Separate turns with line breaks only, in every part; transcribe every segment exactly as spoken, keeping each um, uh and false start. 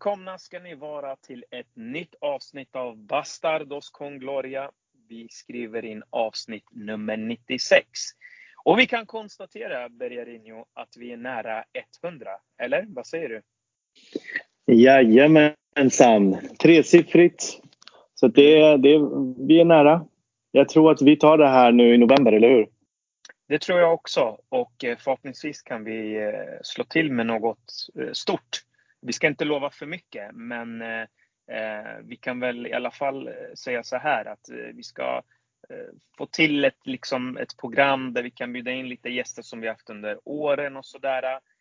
Välkomna ska ni vara till ett nytt avsnitt av Bastardos con Gloria. Vi skriver in avsnitt nummer nittiosex. Och vi kan konstatera, Bergarinho, att vi är nära hundra. Eller? Vad säger du?
Jajamensan. Tresiffrigt. Så det, det, vi är nära. Jag tror att vi tar det här nu i november, eller hur?
Det tror jag också. Och förhoppningsvis kan vi slå till med något stort. Vi ska inte lova för mycket, men eh, vi kan väl i alla fall säga så här att eh, vi ska eh, få till ett, liksom, ett program där vi kan bjuda in lite gäster som vi haft under åren och sådär.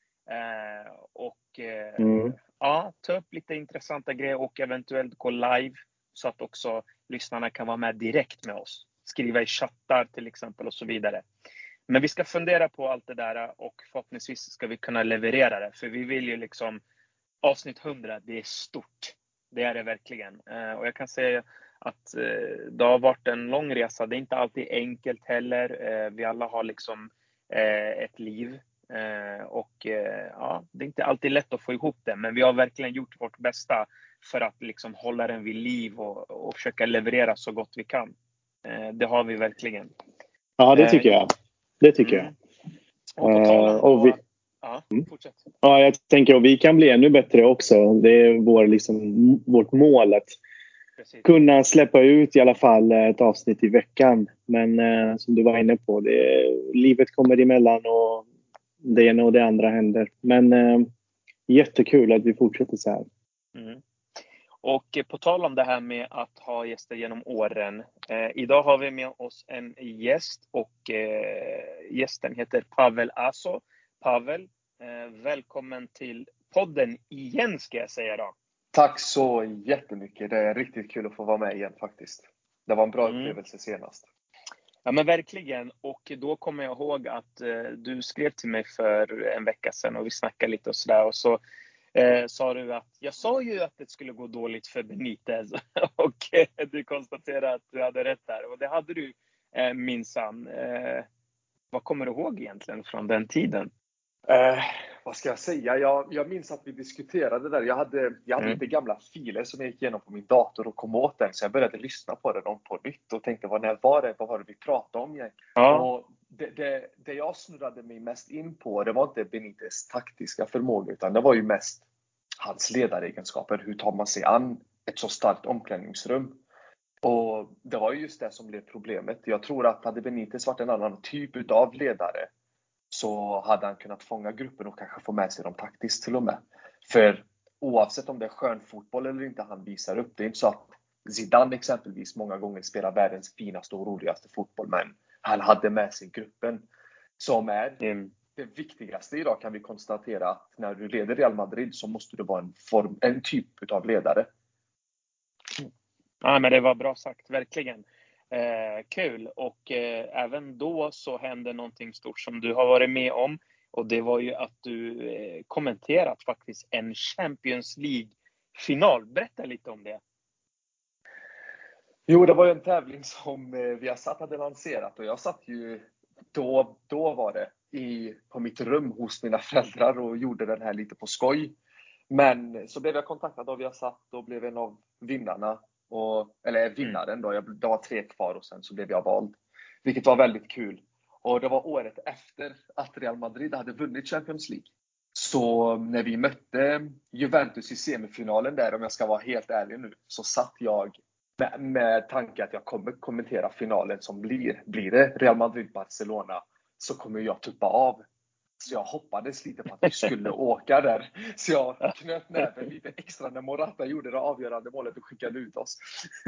Eh, och eh,
Mm.
ja, ta upp lite intressanta grejer och eventuellt gå live så att också lyssnarna kan vara med direkt med oss. Skriva i chattar till exempel och så vidare. Men vi ska fundera på allt det där och förhoppningsvis ska vi kunna leverera det. För vi vill ju liksom avsnitt hundra, det är stort. Det är det verkligen. Eh, och jag kan säga att eh, det har varit en lång resa. Det är inte alltid enkelt heller. Eh, vi alla har liksom eh, ett liv. Eh, och eh, ja, det är inte alltid lätt att få ihop det. Men vi har verkligen gjort vårt bästa för att liksom hålla den vid liv och, och försöka leverera så gott vi kan. Eh, det har vi verkligen.
Ja, det tycker jag. Det tycker
mm.
jag.
Och på tal om då,
och vi...
ja, fortsätt.
Ja, jag tänker att vi kan bli ännu bättre också. Det är vår, liksom, vårt mål att
Precis.
kunna släppa ut i alla fall ett avsnitt i veckan. Men eh, som du var inne på, det, livet kommer emellan och det ena och det andra händer. Men eh, jättekul att vi fortsätter så här.
Mm. Och på tal om det här med att ha gäster genom åren. Eh, idag har vi med oss en gäst och eh, gästen heter Pavel Aso. Pavel, eh, välkommen till podden igen ska jag säga då.
Tack så jättemycket. Det är riktigt kul att få vara med igen faktiskt. Det var en bra
Mm.
upplevelse senast.
Ja men verkligen. Och då kommer jag ihåg att eh, du skrev till mig för en vecka sedan och vi snackade lite och sådär. Och så eh, sa du att jag sa ju att det skulle gå dåligt för Benitez. och eh, du konstaterade att du hade rätt där. Och det hade du eh, minsann. Eh, vad kommer du ihåg egentligen från den tiden?
Eh, vad ska jag säga? Jag, jag minns att vi diskuterade där. Jag hade, jag hade
Mm.
lite gamla filer som jag gick igenom på min dator och kom åt den. Så jag började lyssna på den om på nytt och tänkte, vad när var det? Vad var det vi pratade om?
Ja.
Och det, det, det jag snurrade mig mest in på, det var inte Benitez taktiska förmåga, utan det var ju mest hans ledaregenskaper. Hur tar man sig an ett så starkt omklädningsrum? Och det var ju just det som blev problemet. Jag tror att hade Benitez varit en annan typ av ledare så hade han kunnat fånga gruppen och kanske få med sig dem taktiskt till och med. För oavsett om det är skön fotboll eller inte han visar upp, det är inte så att Zidane exempelvis många gånger spelar världens finaste och roligaste fotboll, men han hade med sig gruppen som är
Mm.
det viktigaste idag. Kan vi konstatera att när du leder Real Madrid så måste du vara en, form, en typ av ledare.
Ja men det var bra sagt, verkligen. Eh, kul och eh, även då så hände någonting stort som du har varit med om och det var ju att du eh, kommenterat faktiskt en Champions League-final. Berätta lite om det.
Jo, det var ju en tävling som eh, Viasat hade lanserat och jag satt ju då, då var det i, på mitt rum hos mina föräldrar och gjorde den här lite på skoj. Men så blev jag kontaktad av Viasat och blev en av vinnarna. Och, eller vinnaren då, jag, det var tre kvar och sen så blev jag vald. Vilket var väldigt kul. Och det var året efter att Real Madrid hade vunnit Champions League. Så när vi mötte Juventus i semifinalen där, om jag ska vara helt ärlig nu, så satt jag med, med tanke att jag kommer kommentera finalen som blir. Blir det Real Madrid-Barcelona så kommer jag tuppa av. Så jag hoppades lite på att vi skulle åka där. Så jag knöt näven lite extra när Morata gjorde det avgörande målet och skickade ut oss.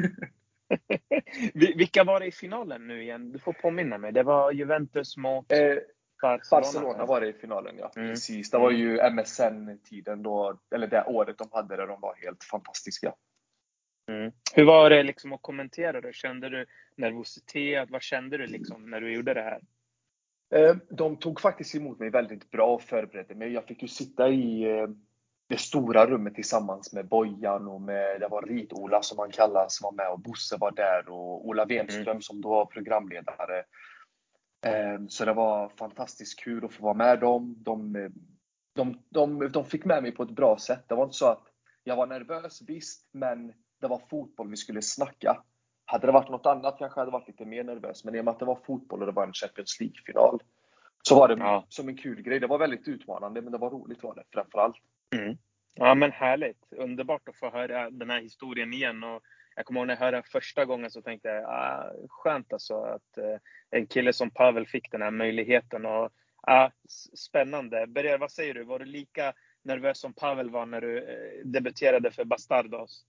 Vilka var det i finalen nu igen? Du får påminna mig. Det var Juventus mot
eh,
Barcelona.
Barcelona var det i finalen, ja.
Mm.
Precis. Det var ju M S N-tiden då, eller det året de hade det, de var helt fantastiska.
Mm. Hur var det liksom att kommentera det? Kände du nervositet? Vad kände du liksom när du gjorde det här?
De tog faktiskt emot mig väldigt bra och förberedde mig. Jag fick ju sitta i det stora rummet tillsammans med Bojan och med, det var Rit-Ola som han kallas, som var med, och Bosse var där och Ola Wenström mm. som då var programledare. Så det var fantastiskt kul att få vara med dem. De, de, de, de fick med mig på ett bra sätt. Det var inte så att Jag var nervös visst, men det var fotboll vi skulle snacka. Hade det varit något annat kanske jag hade varit lite mer nervös. Men i och med att det var fotboll och det var en Champions League-final, så var det ja. som en kul grej. Det var väldigt utmanande, men det var roligt var det framförallt.
Mm. Ja, men härligt. Underbart att få höra den här historien igen. Och jag kommer ihåg när jag hörde den första gången så tänkte jag, ah, skönt alltså att eh, en kille som Pavel fick den här möjligheten. Och ah, spännande. Berger, vad säger du? Var du lika nervös som Pavel var när du eh, debuterade för Bastardos?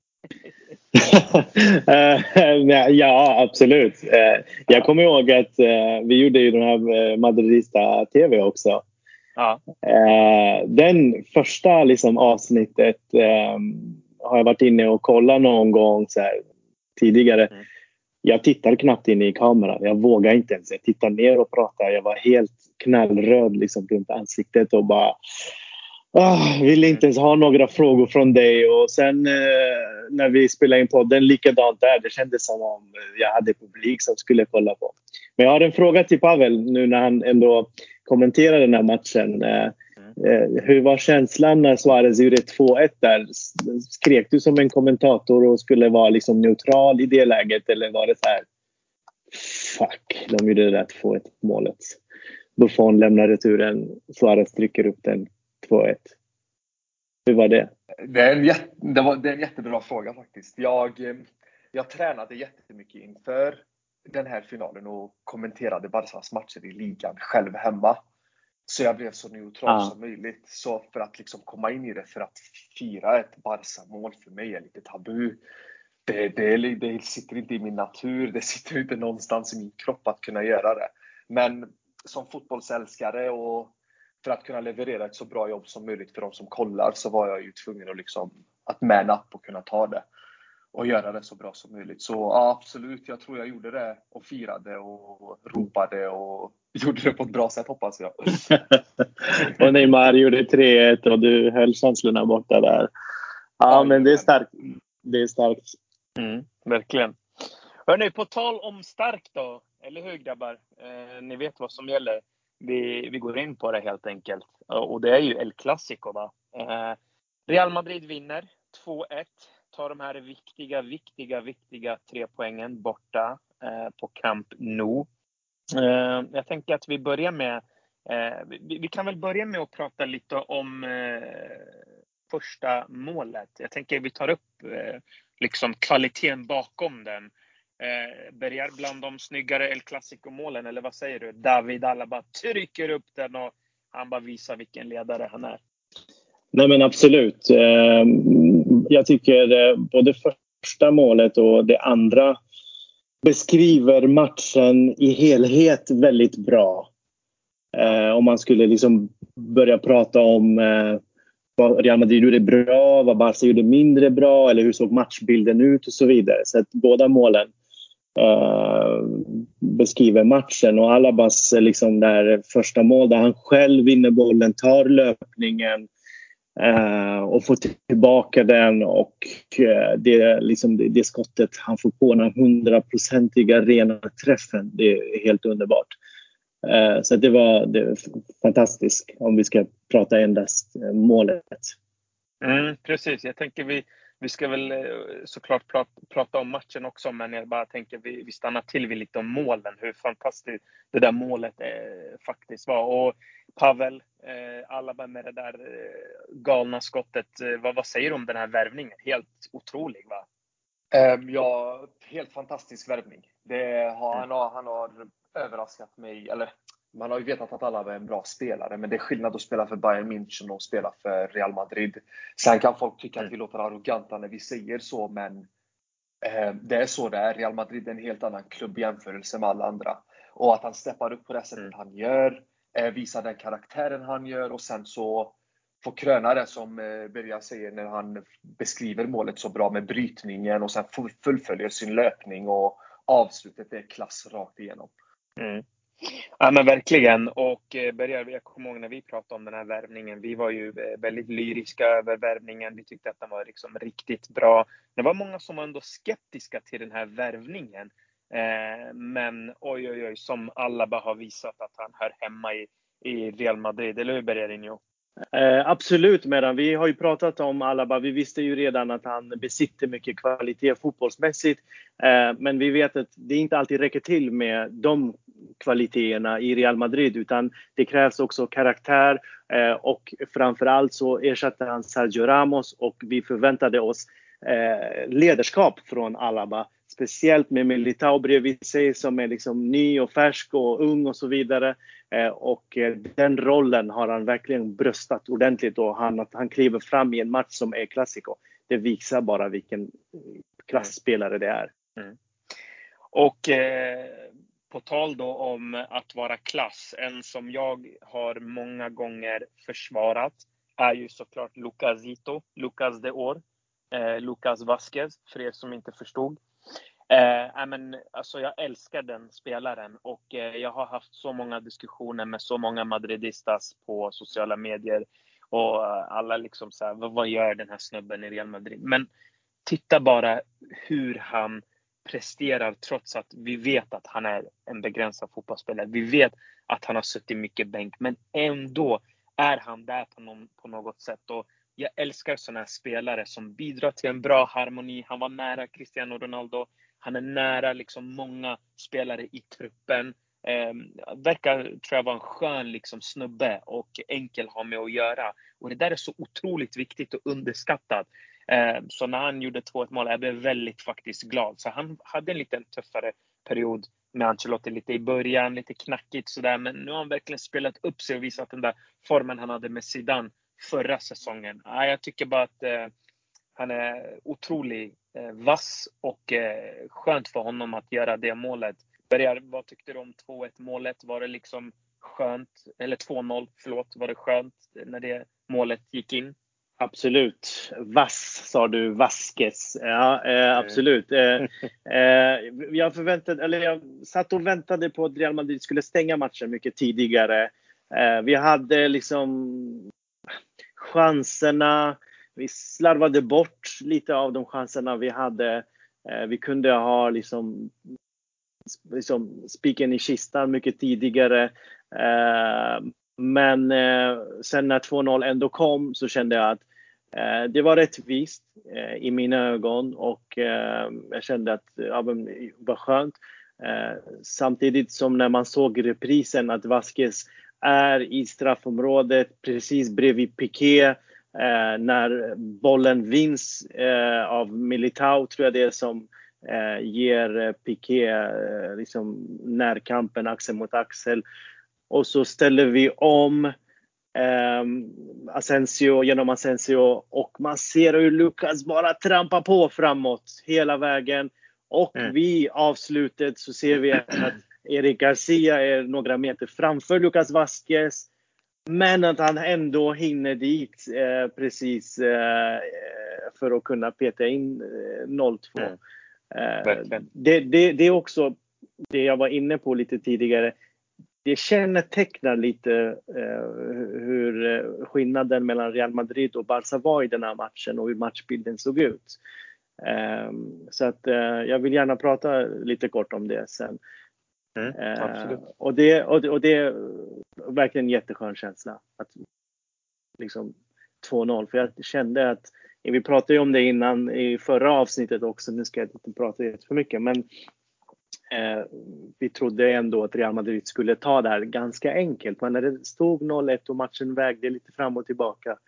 Ja, absolut. Jag kommer ihåg att vi gjorde ju den här Madridista T V också.
Ja.
Den första liksom avsnittet har jag varit inne och kollat någon gång så här, tidigare. Mm. Jag tittar knappt in i kameran. Jag vågar inte ens. Jag tittar ner och pratar. Jag var helt knallröd liksom runt ansiktet och bara oh, ville inte ens ha några frågor från dig. Och sen eh, när vi spelade in podden likadant där. Det kändes som om jag hade publik som skulle kolla på. Men jag har en fråga till Pavel nu när han ändå kommenterade den här matchen. Eh, eh, hur var känslan när Suarez gjorde två ett där? Skrek du som en kommentator och skulle vara liksom neutral i det läget? Eller var det så här, fuck, de gjorde det där två ett målet. Buffon lämnar returen, Suarez trycker upp den två ett. Hur var det?
Det är en, jätte, det var, det är en jättebra fråga faktiskt. Jag, jag tränade jättemycket inför den här finalen och kommenterade Barças matcher i ligan själv hemma. Så jag blev så neutral ah. som möjligt. Så för att liksom komma in i det, för att fira ett Barça-mål för mig är lite tabu. Det, det, det sitter inte i min natur. Det sitter inte någonstans i min kropp att kunna göra det. Men som fotbollsälskare och för att kunna leverera ett så bra jobb som möjligt för de som kollar, så var jag ju tvungen att, liksom, att man up och kunna ta det. Och göra det så bra som möjligt. Så ja, absolut, jag tror jag gjorde det och firade och ropade och gjorde det på ett bra sätt, hoppas jag.
Och Neymar gjorde tre ett och du höll känslorna borta där. Ja, ja men det är starkt. Det är starkt.
Mm, verkligen. Hörrni, på tal om starkt då, eller hur grabbar? Eh, ni vet vad som gäller. Vi, vi går in på det helt enkelt. Och det är ju El Clasico va. Eh, Real Madrid vinner två ett. Tar de här viktiga, viktiga, viktiga tre poängen borta eh, på Camp Nou. Eh, jag tänker att vi börjar med, eh, vi, vi kan väl börja med att prata lite om eh, första målet. Jag tänker vi tar upp eh, liksom kvaliteten bakom den. Eh, börjar bland de snyggare El Clasico-målen, eller vad säger du? David Alaba trycker upp den och han bara visar vilken ledare han är.
Nej men absolut. Jag tycker både första målet och det andra beskriver matchen i helhet väldigt bra. Om man skulle liksom börja prata om vad Real Madrid gjorde bra, vad Barca gjorde mindre bra eller hur såg matchbilden ut och så vidare. Så att båda målen beskriver matchen och Alabas liksom där första mål där han själv vinner bollen, tar löpningen Uh, och få tillbaka den och uh, det, liksom det, det skottet han får på, den hundraprocentiga rena träffen, det är helt underbart. Uh, så det var, det var fantastiskt om vi ska prata endast uh, målet.
Mm, precis, jag tänker vi, vi ska väl såklart prata, prata om matchen också, men jag bara tänker vi, vi stannar till vid lite om målen, hur fantastiskt det där målet eh, faktiskt var. Och Pavel, eh, Alaba med det där eh, galna skottet, eh, vad, vad säger du om den här värvningen? Helt otrolig va?
Um, ja, helt fantastisk värvning. Det har, mm. han, har, han har överraskat mig, eller man har ju vetat att Alaba är en bra spelare, men det är skillnad att spela för Bayern München och spela för Real Madrid. Sen kan folk tycka att vi låter arroganta när vi säger så, men eh, det är så det är. Real Madrid är en helt annan klubb i jämförelse med alla andra. Och att han steppar upp på det sättet mm. han gör, eh, visar den karaktären han gör och sen så får kröna det som eh, Berger säger när han beskriver målet så bra med brytningen och sen fullföljer sin löpning och avslutet är klass rakt igenom.
Mm. Ja men verkligen, och eh, Berger, jag kommer ihåg när vi pratade om den här värvningen, vi var ju eh, väldigt lyriska över värvningen, vi tyckte att den var liksom riktigt bra. Det var många som var ändå skeptiska till den här värvningen, eh, men oj oj oj, som alla bara har visat att han hör hemma i, i Real Madrid, eller hur Berger?
Eh, absolut, medan vi har ju pratat om Alaba. Vi visste ju redan att han besitter mycket kvalitet fotbollsmässigt. Eh, men vi vet att det inte alltid räcker till med de kvaliteterna i Real Madrid, utan det krävs också karaktär. Eh, och framförallt så ersatte han Sergio Ramos, och vi förväntade oss eh, ledarskap från Alaba. Speciellt med Militao bredvid sig som är liksom ny och färsk och ung och så vidare. Eh, och eh, den rollen har han verkligen bröstat ordentligt, och han, att han kliver fram i en match som är klassiko. Det visar bara vilken klassspelare det är.
Mm. Och eh, på tal då om att vara klass, en som jag har många gånger försvarat är ju såklart Lucasito, Lucas de Or, eh, Lucas Vázquez, för er som inte förstod. Eh, men, alltså jag älskar den spelaren, och eh, jag har haft så många diskussioner med så många madridistas på sociala medier, och eh, alla liksom så här, vad, vad gör den här snubben i Real Madrid? Men titta bara hur han presterar, trots att vi vet att han är en begränsad fotbollsspelare. Vi vet att han har suttit mycket bänk, men ändå är han där på, någon, på något sätt. Och jag älskar sådana här spelare som bidrar till en bra harmoni. Han var nära Cristiano Ronaldo. Han är nära liksom många spelare i truppen. Eh, verkar, tror jag, vara en skön liksom snubbe och enkel att ha med att göra. Och det där är så otroligt viktigt och underskattat. Eh, så när han gjorde två ett mål, jag blev väldigt faktiskt glad. Så han hade en lite tuffare period med Ancelotti lite i början, lite knackigt sådär. Men nu har han verkligen spelat upp sig och visat den där formen han hade med Zidane förra säsongen. Ja, jag tycker bara att eh, han är otroligt eh, vass, och eh, skönt för honom att göra det målet. Bergar, vad tyckte du om två ett målet? Var det liksom skönt, eller två noll, förlåt, var det skönt när det målet gick in?
Absolut. Vass, sa du. Vasquez. Ja, eh, absolut. Eh, eh, jag, förväntade, eller jag satt och väntade på att Real Madrid skulle stänga matchen mycket tidigare. Eh, vi hade liksom chanserna. Vi slarvade bort lite av de chanserna vi hade. Eh, vi kunde ha liksom, liksom spiken i kistan mycket tidigare. Eh, men eh, sen när två noll ändå kom, så kände jag att eh, det var rättvist eh, i mina ögon, och eh, jag kände att ja, det var skönt. Eh, samtidigt som när man såg reprisen att Vázquez är i straffområdet precis bredvid Piqué, eh, när bollen vinns eh, av Militao, tror jag det är, som eh, ger Piqué eh, liksom närkampen axel mot axel. Och så ställer vi om eh, Asensio genom Asensio, och man ser hur Lucas bara trampar på framåt hela vägen. Och mm. vid avslutet så ser vi att Eric Garcia är några meter framför Lucas Vázquez, men att han ändå hinner dit eh, precis eh, för att kunna peta in eh, noll två. Mm. Eh, det, det, det är också det jag var inne på lite tidigare. Det kännetecknar lite eh, hur skillnaden mellan Real Madrid och Barca var i den här matchen, och hur matchbilden såg ut. Eh, så att eh, jag vill gärna prata lite kort om det sen.
Mm,
eh, och, det, och, det, och det är verkligen en jätteskön känsla att liksom två noll, för jag kände att vi pratade ju om det innan i förra avsnittet också, nu ska jag inte prata för mycket, men Eh, vi trodde ändå att Real Madrid skulle ta det här ganska enkelt. Men när det stod noll ett och matchen vägde lite fram och tillbaka,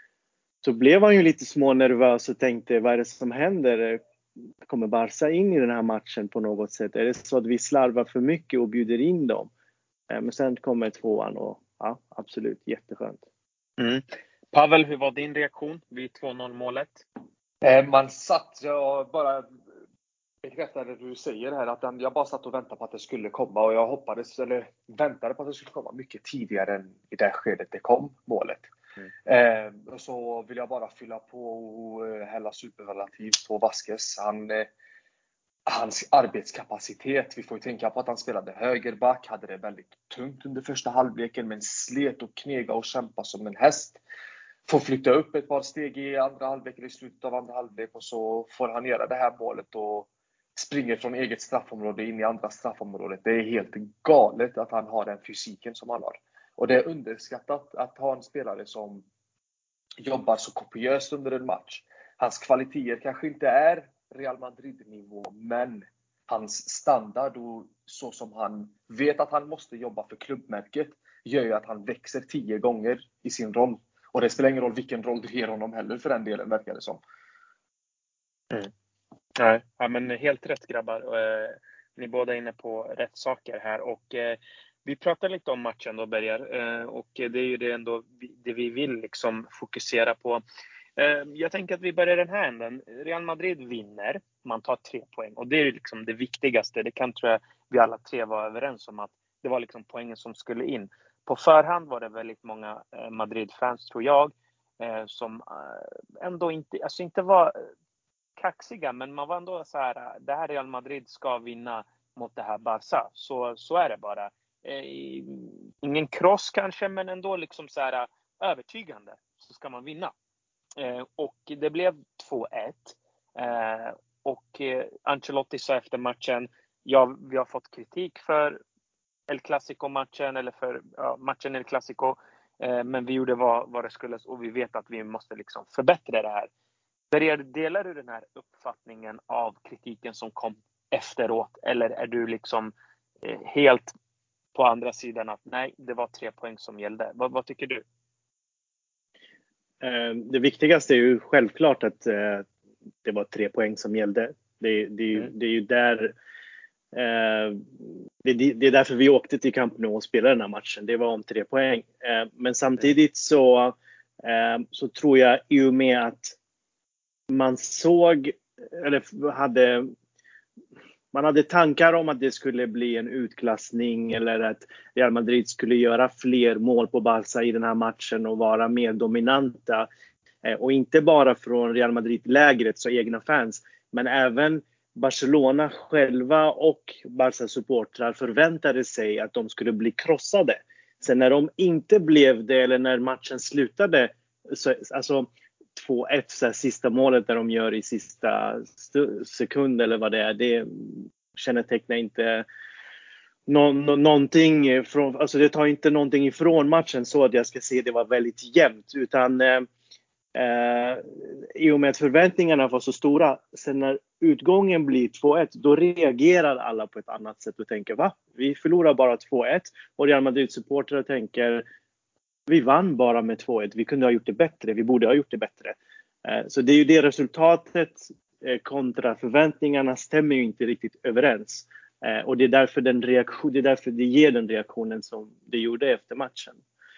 så blev han ju lite små nervös och tänkte, vad är det som händer? Kommer Barca in i den här matchen på något sätt? Är det så att vi slarvar för mycket och bjuder in dem? Eh, men sen kommer tvåan, och ja, absolut jätteskönt.
Mm. Pavel, hur var din reaktion vid två noll målet?
Eh, man satt, jag bara bekräftar det du säger här, att den, jag bara satt och väntade på att det skulle komma, och jag hoppades, eller väntade på att det skulle komma mycket tidigare än i det skedet det kom, målet. Mm. Eh, och så vill jag bara fylla på och hälla superrelativt på Vázquez. Han, eh, hans arbetskapacitet, vi får ju tänka på att han spelade högerback, hade det väldigt tungt under första halvleken, men slet och knega och kämpa som en häst. Får flytta upp ett par steg i andra halvlek, i slutet av andra halvlek, och så får han göra det här målet och springer från eget straffområde in i andra straffområdet. Det är helt galet att han har den fysiken som han har. Och det är underskattat att ha en spelare som jobbar så kopiöst under en match. Hans kvaliteter kanske inte är Real Madrid-nivå, men hans standard och så som han vet att han måste jobba för klubbmärket gör ju att han växer tio gånger i sin roll. Och det spelar ingen roll vilken roll du ger honom heller för den delen, verkar det som.
Mm. Nej, ja, men helt rätt grabbar. Eh, ni båda är inne på rätt saker här. Och eh, vi pratar lite om matchen då, Berger. Eh, och det är ju det, ändå, det vi vill liksom fokusera på. Eh, jag tänker att vi börjar den här änden. Real Madrid vinner. Man tar tre poäng. Och det är liksom det viktigaste. Det kan, tror jag, vi alla tre var överens om, att det var liksom poängen som skulle in. På förhand var det väldigt många eh, Madrid-fans, tror jag, eh, som eh, ändå inte, alltså inte var kaxiga, men man var ändå så här: det här Real Madrid ska vinna mot det här Barca. Så, så är det bara. Eh, ingen kross kanske, men ändå liksom så här övertygande så ska man vinna. Eh, och det blev två ett. Eh, och eh, Ancelotti sa efter matchen: ja, vi har fått kritik för El Clasico-matchen, eller för ja, matchen El Clasico. Eh, men vi gjorde vad, vad det skulle, och vi vet att vi måste liksom förbättra det här. Där delar du den här uppfattningen av kritiken som kom efteråt? Eller är du liksom eh, helt på andra sidan, att nej, det var tre poäng som gällde? Vad, vad tycker du?
Det viktigaste är ju självklart att det var tre poäng som gällde. Det, det, är, ju,
Mm.
det är ju där det, det är därför vi åkte till Camp Nou och spelade den här matchen. Det var om tre poäng. Men samtidigt så, så tror jag, i och med att man såg, eller hade man hade tankar om att det skulle bli en utklassning, eller att Real Madrid skulle göra fler mål på Barca i den här matchen och vara mer dominanta. Och inte bara från Real Madrid-lägret, så egna fans, men även Barcelona själva och Barca-supportrar förväntade sig att de skulle bli krossade. Sen när de inte blev det, eller när matchen slutade, så, alltså två ett, så här, sista målet där de gör i sista sekund eller vad det är, det kännetecknar inte nå, nå, någonting från, alltså det tar inte någonting ifrån matchen, så att jag ska se det var väldigt jämnt, utan eh, eh, i och med att förväntningarna var så stora, sen när utgången blir två ett, då reagerar alla på ett annat sätt och tänker: va? Vi förlorar bara två ett, och Real Madrid-supportrar tänker: vi vann bara med två ett. Vi kunde ha gjort det bättre. Vi borde ha gjort det bättre. Så det är ju det resultatet kontra förväntningarna stämmer ju inte riktigt överens. Och det är därför, den reaktion, det, är därför det ger den reaktionen som det gjorde efter matchen.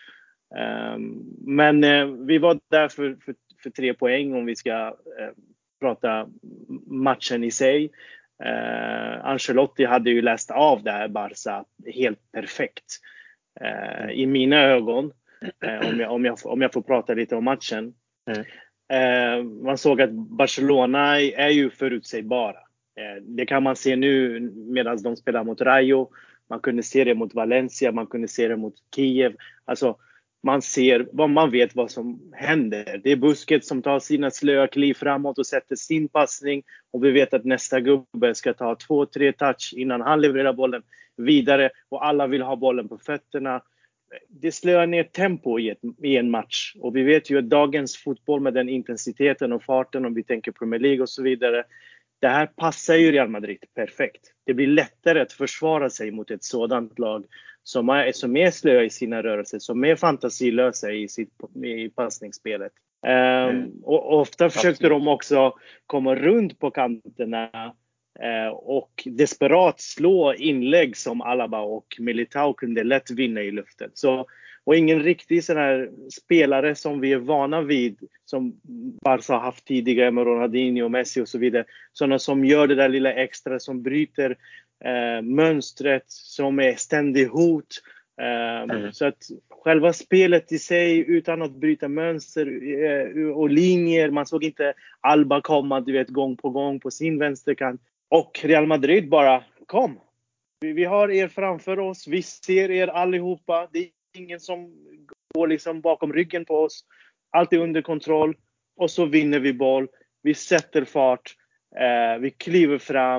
Men vi var där för, för, för tre poäng om vi ska prata matchen i sig. Ancelotti hade ju läst av det här Barca helt perfekt. I mina ögon. Om jag, om, jag, om jag får prata lite om matchen. Mm. Eh, man såg att Barcelona är ju förutsägbara. Eh, det kan man se nu medan de spelar mot Rayo. Man kunde se det mot Valencia. Man kunde se det mot Kiev. Alltså, man ser vad man vet vad som händer. Det är Busquets som tar sina slöa kliv framåt och sätter sin passning. Och vi vet att nästa gubbe ska ta två, tre touch innan han levererar bollen vidare. Och alla vill ha bollen på fötterna. Det slår ner tempo i, ett, i en match. Och vi vet ju att dagens fotboll med den intensiteten och farten, om vi tänker Premier League och så vidare, det här passar ju Real Madrid perfekt. Det blir lättare att försvara sig mot ett sådant lag som är, som är slöa i sina rörelser, som är fantasilösa i, sitt, i passningsspelet. Mm. Um, och, och ofta försökte Absolut. de också komma runt på kanterna och desperat slå inlägg som Alaba och Militao kunde lätt vinna i luften. Så, och ingen riktig sån här spelare som vi är vana vid, som Barca har haft tidigare med Ronaldinho, Messi och så vidare. Sådana som gör det där lilla extra, som bryter eh, mönstret, som är ständig hot. Eh, mm. Så att själva spelet i sig, utan att bryta mönster eh, och linjer. Man såg inte Alba komma, du vet, gång på gång på sin vänsterkant. Och Real Madrid bara: kom. Vi, vi har er framför oss. Vi ser er allihopa. Det är ingen som går liksom bakom ryggen på oss. Allt är under kontroll. Och så vinner vi boll. Vi sätter fart. Eh, vi kliver fram.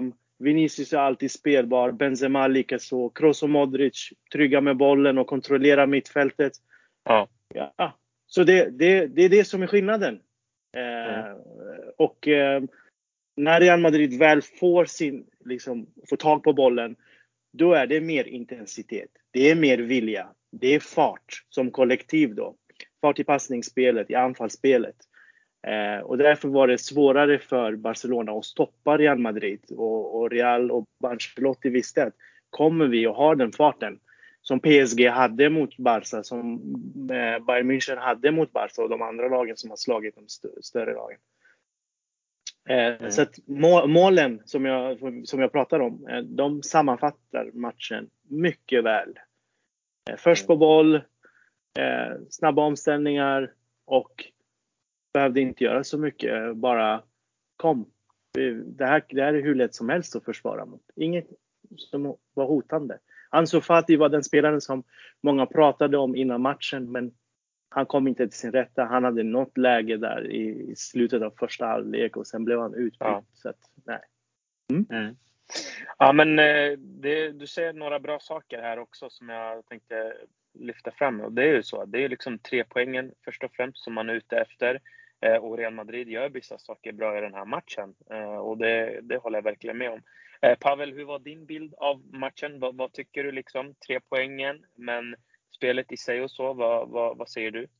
Vinicius är alltid spelbar. Benzema likaså. Kroos och Modric trygga med bollen och kontrollera mittfältet.
Ja.
Ja. Så det, det, det är det som är skillnaden. Eh,
Mm.
Och eh, när Real Madrid väl får, sin, liksom, får tag på bollen, då är det mer intensitet. Det är mer vilja. Det är fart som kollektiv då. Fart i passningsspelet, i anfallsspelet. Eh, och därför var det svårare för Barcelona att stoppa Real Madrid. Och, och Real och Ancelotti visste att kommer vi att ha den farten som P S G hade mot Barca, som eh, Bayern München hade mot Barca och de andra lagen som har slagit de st- större lagen. Eh,
Mm.
Så att må- målen som jag, som jag pratar om, eh, de sammanfattar matchen mycket väl. Eh, först på boll, eh, snabba omställningar och behövde inte göra så mycket, bara kom. Det här, det här är hur lätt som helst att försvara mot. Inget som var hotande. Ansu Fati var den spelaren som många pratade om innan matchen, men han kom inte till sin rätta. Han hade något läge där i, i slutet av första halvlek och sen blev han utbytt.
Ja.
Så att, nej. Mm.
Mm. Ja, men eh, det, du säger några bra saker här också som jag tänkte lyfta fram. Och det är ju så. Det är liksom tre poängen först och främst som man är ute efter. Eh, och Real Madrid gör vissa saker bra i den här matchen. Eh, och det, det håller jag verkligen med om. Eh, Pavel, hur var din bild av matchen? Vad, vad tycker du liksom? Tre poängen, men spelet i sig och så. Vad, vad, vad säger du?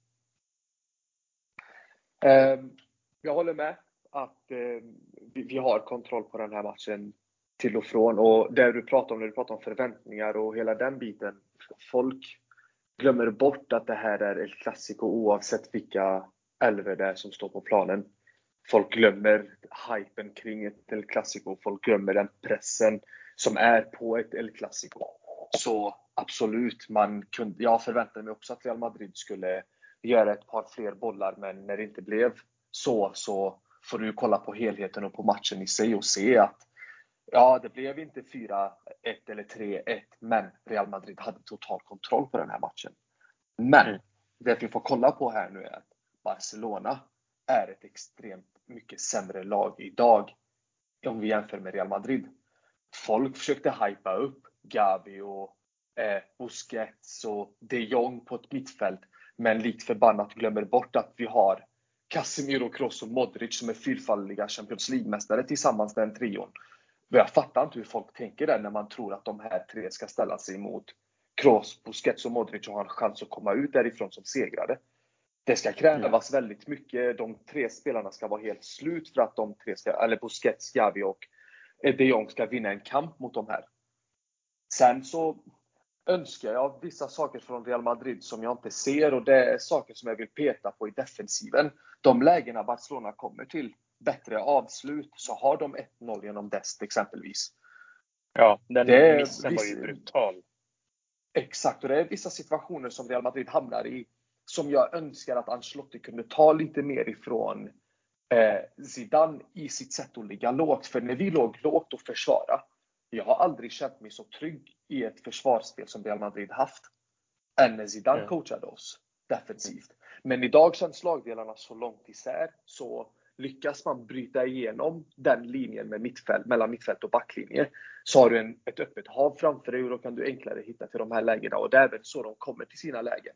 Eh, jag håller med att eh, vi, vi har kontroll på den här matchen till och från. Och det du pratar om, när du pratar om förväntningar och hela den biten. Folk glömmer bort att det här är El Clasico oavsett vilka elver det är som står på planen. Folk glömmer hypen kring ett El Clasico. Folk glömmer den pressen som är på ett El Clasico. Så absolut, man kunde, jag förväntade mig också att Real Madrid skulle göra ett par fler bollar, men när det inte blev så, så får du kolla på helheten och på matchen i sig och se att ja, det blev inte fyra ett eller tre ett, men Real Madrid hade total kontroll på den här matchen. Men
Mm.
det vi får kolla på här nu är att Barcelona är ett extremt mycket sämre lag idag om vi jämför med Real Madrid. Folk försökte hypa upp Gavi och eh, Busquets och De Jong på ett mittfält, men likt förbannat glömmer bort att vi har Casemiro, Kroos och Modric som är fyrfaldiga Champions League-mästare tillsammans, den trion. Jag fattar inte hur folk tänker där när man tror att de här tre ska ställa sig mot Kroos, Busquets och Modric och ha en chans att komma ut därifrån som segrade. Det ska krävas mm. väldigt mycket. De tre spelarna ska vara helt slut för att de tre ska, eller Busquets, Gavi och De Jong ska vinna en kamp mot de här. Sen så önskar jag vissa saker från Real Madrid som jag inte ser, och det är saker som jag vill peta på i defensiven. De lägena Barcelona kommer till, bättre avslut, så har de ett noll genom Dest exempelvis.
Ja, den
det
missen
viss...
var ju brutal.
Exakt, och det är vissa situationer som Real Madrid hamnar i som jag önskar att Ancelotti kunde ta lite mer ifrån eh, Zidane i sitt sätt att ligga lågt. För när vi låg lågt och försvara, jag har aldrig känt mig så trygg i ett försvarsspel som Real Madrid haft än när Zidane mm. coachade oss defensivt. Men idag känns lagdelarna så långt isär, så lyckas man bryta igenom den linjen med mittfält, mellan mittfält och backlinje, så har du en, ett öppet hav framför dig och då kan du enklare hitta till de här lägena, och det är väl så de kommer till sina lägen.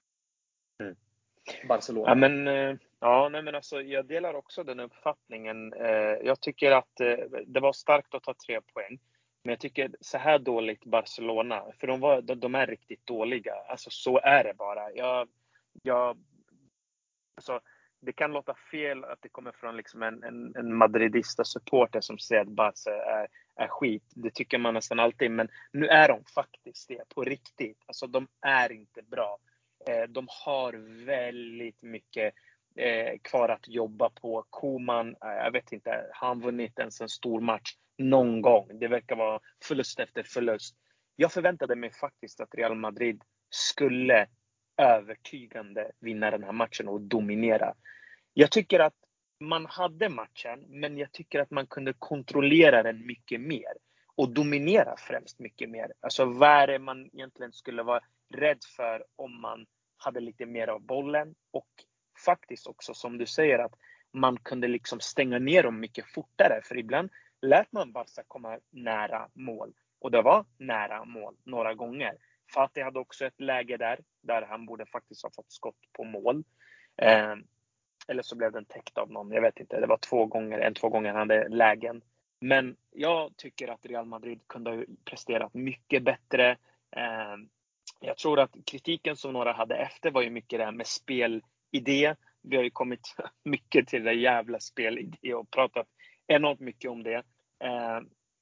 Mm.
Barcelona.
Ja, men, ja, nej, men alltså, jag delar också den uppfattningen. Jag tycker att det var starkt att ta tre poäng. Men jag tycker så här dåligt Barcelona, för de, var, de är riktigt dåliga. Alltså så är det bara. Jag, jag, alltså, det kan låta fel att det kommer från liksom en, en, en madridista supporter som säger att Barca är, är skit. Det tycker man nästan alltid. Men nu är de faktiskt det på riktigt. Alltså de är inte bra. De har väldigt mycket eh, kvar att jobba på. Koeman, jag vet inte, han vunnit ens en stor match någon gång. Det verkar vara förlust efter förlust. Jag förväntade mig faktiskt att Real Madrid skulle övertygande vinna den här matchen och dominera. Jag tycker att man hade matchen, men jag tycker att man kunde kontrollera den mycket mer och dominera främst mycket mer. Alltså vad är det man egentligen skulle vara rädd för om man hade lite mer av bollen, och faktiskt också som du säger att man kunde liksom stänga ner dem mycket fortare, för ibland lät man Barca komma nära mål. Och det var nära mål några gånger. Fatih hade också ett läge där, där han borde faktiskt ha fått skott på mål. Eh, eller så blev den täckt av någon, jag vet inte. Det var två gånger, en två gånger han hade lägen. Men jag tycker att Real Madrid kunde ha presterat mycket bättre. Eh, jag tror att kritiken som några hade efter var ju mycket det här med spelidé. Vi har ju kommit mycket till det jävla spelidé och pratat enormt mycket om det. Eh,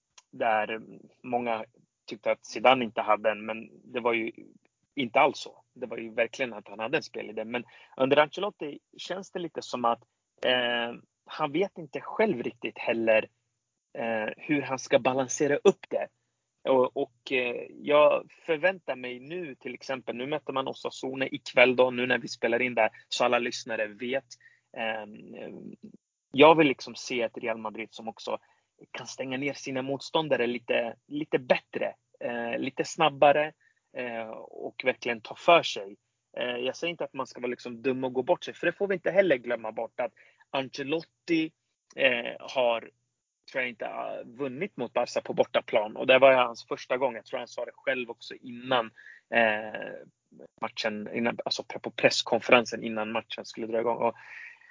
där många tyckte att Zidane inte hade en, men det var ju inte alls så. Det var ju verkligen att han hade en spelidé. Men under Ancelotti känns det lite som att eh, han vet inte själv riktigt heller eh, hur han ska balansera upp det. Och, och eh, jag förväntar mig nu till exempel, nu möter man Osasuna ikväll då, nu när vi spelar in där, så alla lyssnare vet. Eh, jag vill liksom se ett Real Madrid som också kan stänga ner sina motståndare lite, lite bättre, eh, lite snabbare eh, och verkligen ta för sig. Eh, jag säger inte att man ska vara liksom dum och gå bort sig, för det får vi inte heller glömma bort att Ancelotti eh, har, tror jag inte, vunnit mot Barca på bortaplan. Och det var hans första gång. Jag tror han sa det själv också innan eh, matchen, innan, alltså på presskonferensen innan matchen skulle dra igång. Och,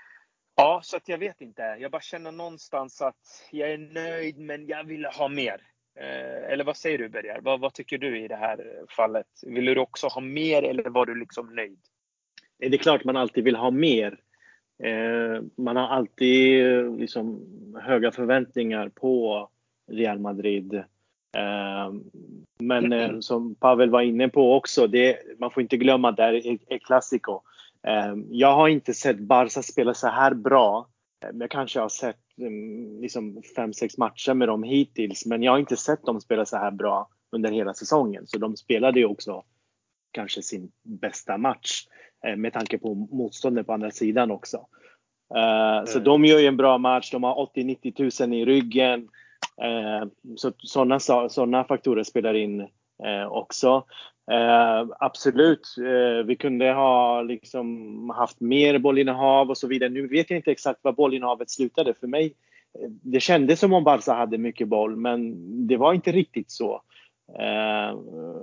ja, så att jag vet inte. Jag bara känner någonstans att jag är nöjd, men jag vill ha mer. Eh, eller vad säger du, Berger? Vad, vad tycker du i det här fallet? Vill du också ha mer eller var du liksom nöjd?
Det är klart man alltid vill ha mer. Eh, man har alltid liksom höga förväntningar på Real Madrid. Eh, men eh, som Pavel var inne på också, det, man får inte glömma att det är ett klassiko. Eh, jag har inte sett Barca spela så här bra. Jag kanske har sett um, liksom fem, sex matcher med dem hittills, men jag har inte sett dem spela så här bra under hela säsongen. Så de spelade ju också kanske sin bästa match eh, med tanke på motståndet på andra sidan också. Uh, mm. Så de gör ju en bra match. De har åttio till nittio tusen i ryggen. Uh, så sådana såna faktorer spelar in uh, också. Uh, absolut, uh, vi kunde ha liksom haft mer bollinnehav och så vidare. Nu vet jag inte exakt vad bollinnehavet slutade. För mig, det kändes som om Barca hade mycket boll, men det var inte riktigt så. Uh,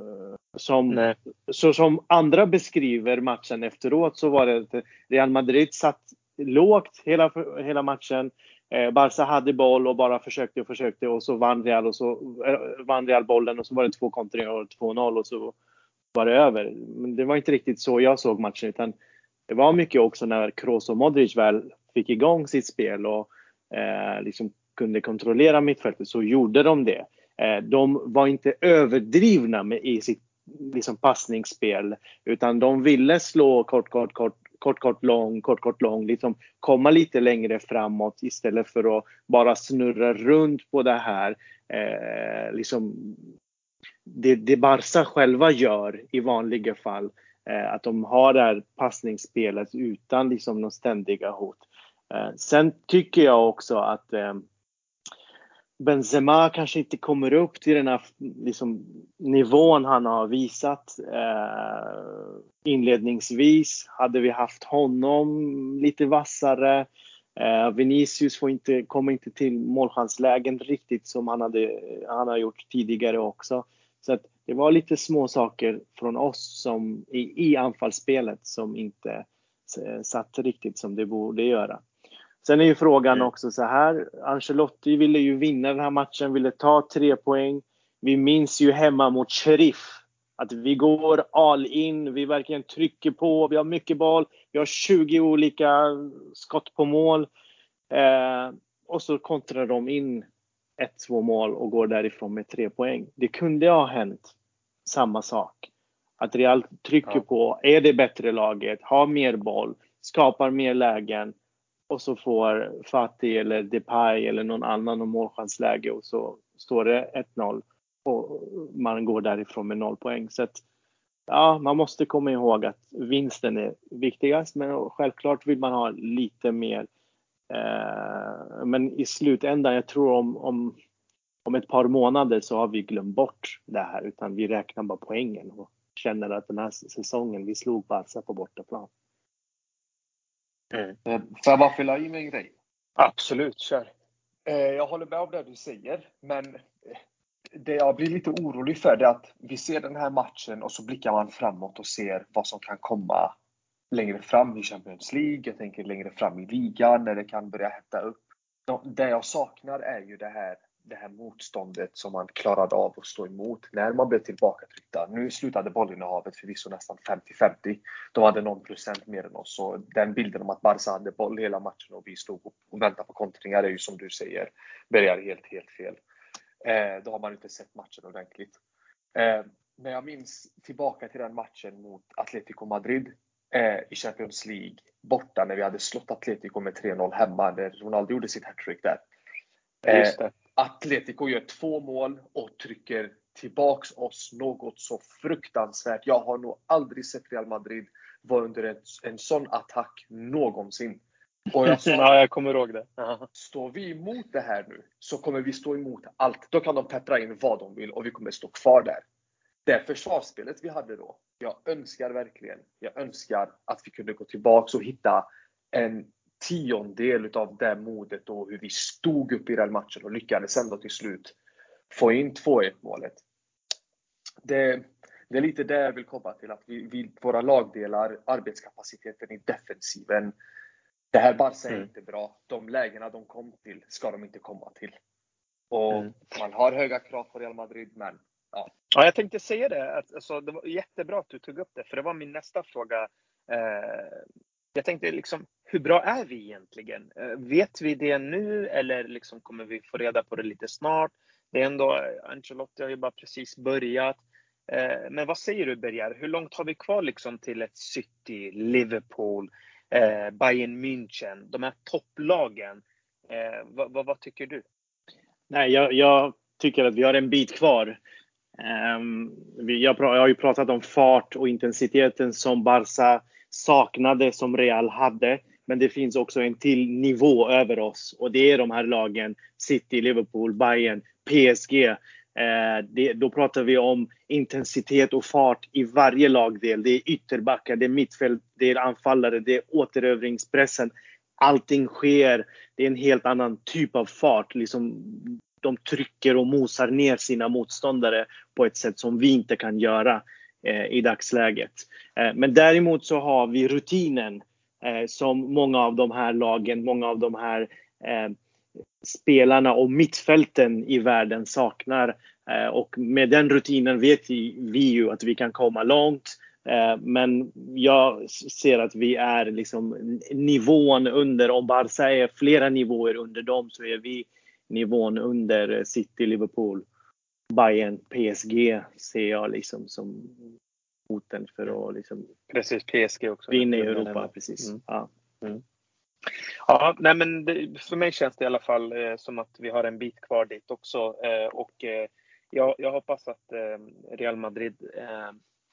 som, så som andra beskriver matchen efteråt, så var det att Real Madrid satt lågt hela, hela matchen. Eh, Barca hade boll och bara försökte och försökte och så vann Real och så eh, vann Real bollen och så var det två kontringar och två noll och så var det över. Men det var inte riktigt så jag såg matchen, utan det var mycket också när Kroos och Modric väl fick igång sitt spel och eh, liksom kunde kontrollera mittfältet, så gjorde de det. Eh, de var inte överdrivna med i sitt liksom passningsspel, utan de ville slå kort, kort, kort kort, kort, lång, kort, kort, lång, liksom komma lite längre framåt istället för att bara snurra runt på det här. Eh, liksom det, det Barca själva gör i vanliga fall, eh, att de har det här passningsspelet utan liksom någon ständiga hot. Eh, sen tycker jag också att eh, Benzema kanske inte kommer upp till den här liksom, nivån han har visat eh, inledningsvis. Hade vi haft honom lite vassare, eh, Vinicius får inte, kommer inte till målchanslägen riktigt som han, hade, han har gjort tidigare också. Så att det var lite små saker från oss som, i, i anfallsspelet som inte satt riktigt som det borde göra. Sen är ju frågan också så här. Ancelotti ville ju vinna den här matchen, ville ta tre poäng. Vi minns ju hemma mot Sheriff att vi går all in, vi verkligen trycker på, vi har mycket boll, vi har tjugo olika skott på mål. Eh, och så kontrar de in ett, två mål och går därifrån med tre poäng. Det kunde ha hänt samma sak. Att Real trycker ja. på, är det bättre laget, har mer boll, skapar mer lägen. Och så får Fatih eller Depay eller någon annan om målchansläge och så står det ett noll och man går därifrån med noll poäng. Så att, ja, man måste komma ihåg att vinsten är viktigast, men självklart vill man ha lite mer. Eh, men i slutändan, jag tror om, om, om ett par månader så har vi glömt bort det här, utan vi räknar bara poängen och känner att den här säsongen vi slog Barca på bortaplan.
Mm. Får jag bara fylla i med en grej?
Absolut, kör.
Eh, jag håller med om det du säger, men det jag blir lite orolig för är att vi ser den här matchen och så blickar man framåt och ser vad som kan komma längre fram i Champions League. Jag tänker längre fram i ligan när det kan börja hetta upp. Det jag saknar är ju det här, det här motståndet som man klarade av att stå emot när man blev tillbakatryckta. Nu slutade bollinnehavet förvisso nästan femtio femtio. De hade någon procent mer än oss. Så den bilden om att Barca hade boll hela matchen och vi stod och väntade på kontringar är ju som du säger, börjar helt, helt fel. Eh, då har man inte sett matchen ordentligt. Eh, när jag minns tillbaka till den matchen mot Atletico Madrid eh, i Champions League borta när vi hade slått Atletico med tre noll hemma när Ronaldo gjorde sitt hattrick där. Eh,
Just det.
Atletico gör två mål och trycker tillbaks oss något så fruktansvärt. Jag har nog aldrig sett Real Madrid vara under en, en sån attack någonsin. Och jag sa,
ja, jag kommer ihåg det. Aha.
Står vi emot det här nu så kommer vi stå emot allt. Då kan de peppra in vad de vill och vi kommer stå kvar där. Det försvarsspelet vi hade då. Jag önskar verkligen, jag önskar att vi kunde gå tillbaka och hitta en tiondel av det modet och hur vi stod upp i den matchen och lyckades ändå till slut få in två ett målet. Det, det är lite det jag vill komma till, att vi, vi, våra lagdelar, arbetskapaciteten i defensiven. Det här Barca är
Mm.
inte bra. De lägena de kom till ska de inte komma till. Och
Mm.
man har höga krav på Real Madrid, men ja.
Ja, jag tänkte säga det. Att, alltså, det var jättebra att du tog upp det. För det var min nästa fråga. Eh, jag tänkte liksom, hur bra är vi egentligen? Eh, vet vi det nu? Eller liksom, kommer vi få reda på det lite snart? Det är ändå, Ancelotti har ju bara precis börjat. Eh, men vad säger du, Berger? Hur långt har vi kvar liksom till ett City, Liverpool, eh, Bayern München? De här topplagen. Eh, vad, vad, vad tycker du?
Nej, jag, jag tycker att vi har en bit kvar. Um, vi, jag, jag har ju pratat om fart och intensiteten som Barca saknade, som Real hade. Men det finns också en till nivå över oss. Och det är de här lagen, City, Liverpool, Bayern, P S G. Uh, det, då pratar vi om intensitet och fart i varje lagdel. Det är ytterbackar, det är mittfält, det är anfallare, det är återövringspressen. Allting sker. Det är en helt annan typ av fart. Liksom, de trycker och mosar ner sina motståndare på ett sätt som vi inte kan göra eh, i dagsläget. Eh, men däremot så har vi rutinen eh, som många av de här lagen, många av de här eh, spelarna och mittfälten i världen saknar. Eh, och med den rutinen vet vi, vi ju att vi kan komma långt. Eh, men jag ser att vi är liksom nivån under, om Barca är flera nivåer under dem så är vi nivån under City, Liverpool, Bayern, P S G ser jag liksom som hoten för att liksom
precis, P S G också
vinna i Europa. Precis.
Mm.
Ja.
Mm. Ja, nej men det, för mig känns det i alla fall eh, som att vi har en bit kvar dit också. Eh, och eh, jag, jag hoppas att eh, Real Madrid eh,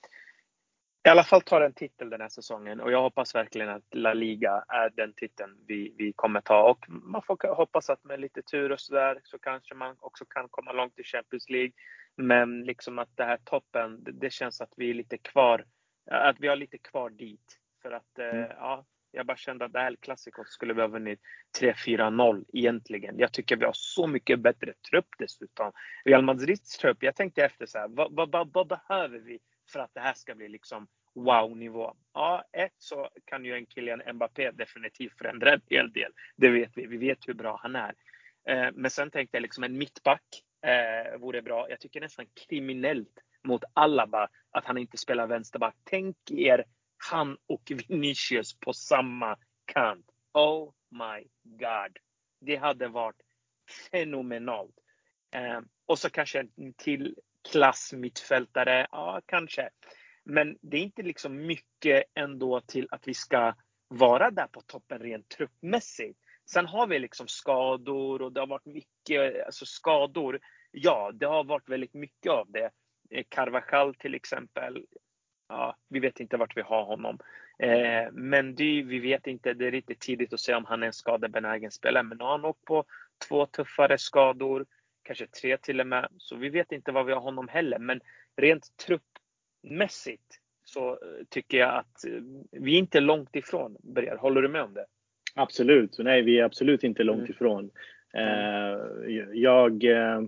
i alla fall tar en titel den här säsongen. Och jag hoppas verkligen att La Liga är den titeln vi, vi kommer ta. Och man får hoppas att med lite tur och sådär så kanske man också kan komma långt i Champions League. Men liksom att det här toppen, det, det känns att vi är lite kvar. Att vi har lite kvar dit. För att eh,
Mm.
ja, jag bara kände att det här klassikot skulle vi ha vunnit tre fyra noll egentligen. Jag tycker vi har så mycket bättre trupp dessutom. Real Madrids trupp, jag tänkte efter så här, vad, vad, vad, vad behöver vi för att det här ska bli liksom wow-nivå? Ja, ett så kan ju en Kylian Mbappé definitivt förändra en hel del. Det vet vi. Vi vet hur bra han är. Eh, men sen tänkte jag liksom en mittback eh, vore bra. Jag tycker nästan kriminellt mot Alaba att han inte spelar vänsterback. Tänk er han och Vinicius på samma kant. Oh my god. Det hade varit fenomenalt. Eh, och så kanske en till klass mittfältare. Ja, kanske. Men det är inte liksom mycket ändå till att vi ska vara där på toppen rent truppmässigt. Sen har vi liksom skador och det har varit mycket alltså skador. Ja, det har varit väldigt mycket av det. Carvajal till exempel. Ja, vi vet inte vart vi har honom. Eh, men det, vi vet inte, det är lite tidigt att säga om han är en skadebenägen spelare. Men nu har han åkt på två tuffare skador. Kanske tre till och med. Så vi vet inte vad vi har honom heller. Men rent truppmässigt så tycker jag att vi är inte långt ifrån. Håller du med om det?
Absolut. Nej, vi är absolut inte långt
Mm.
ifrån. Eh, jag eh,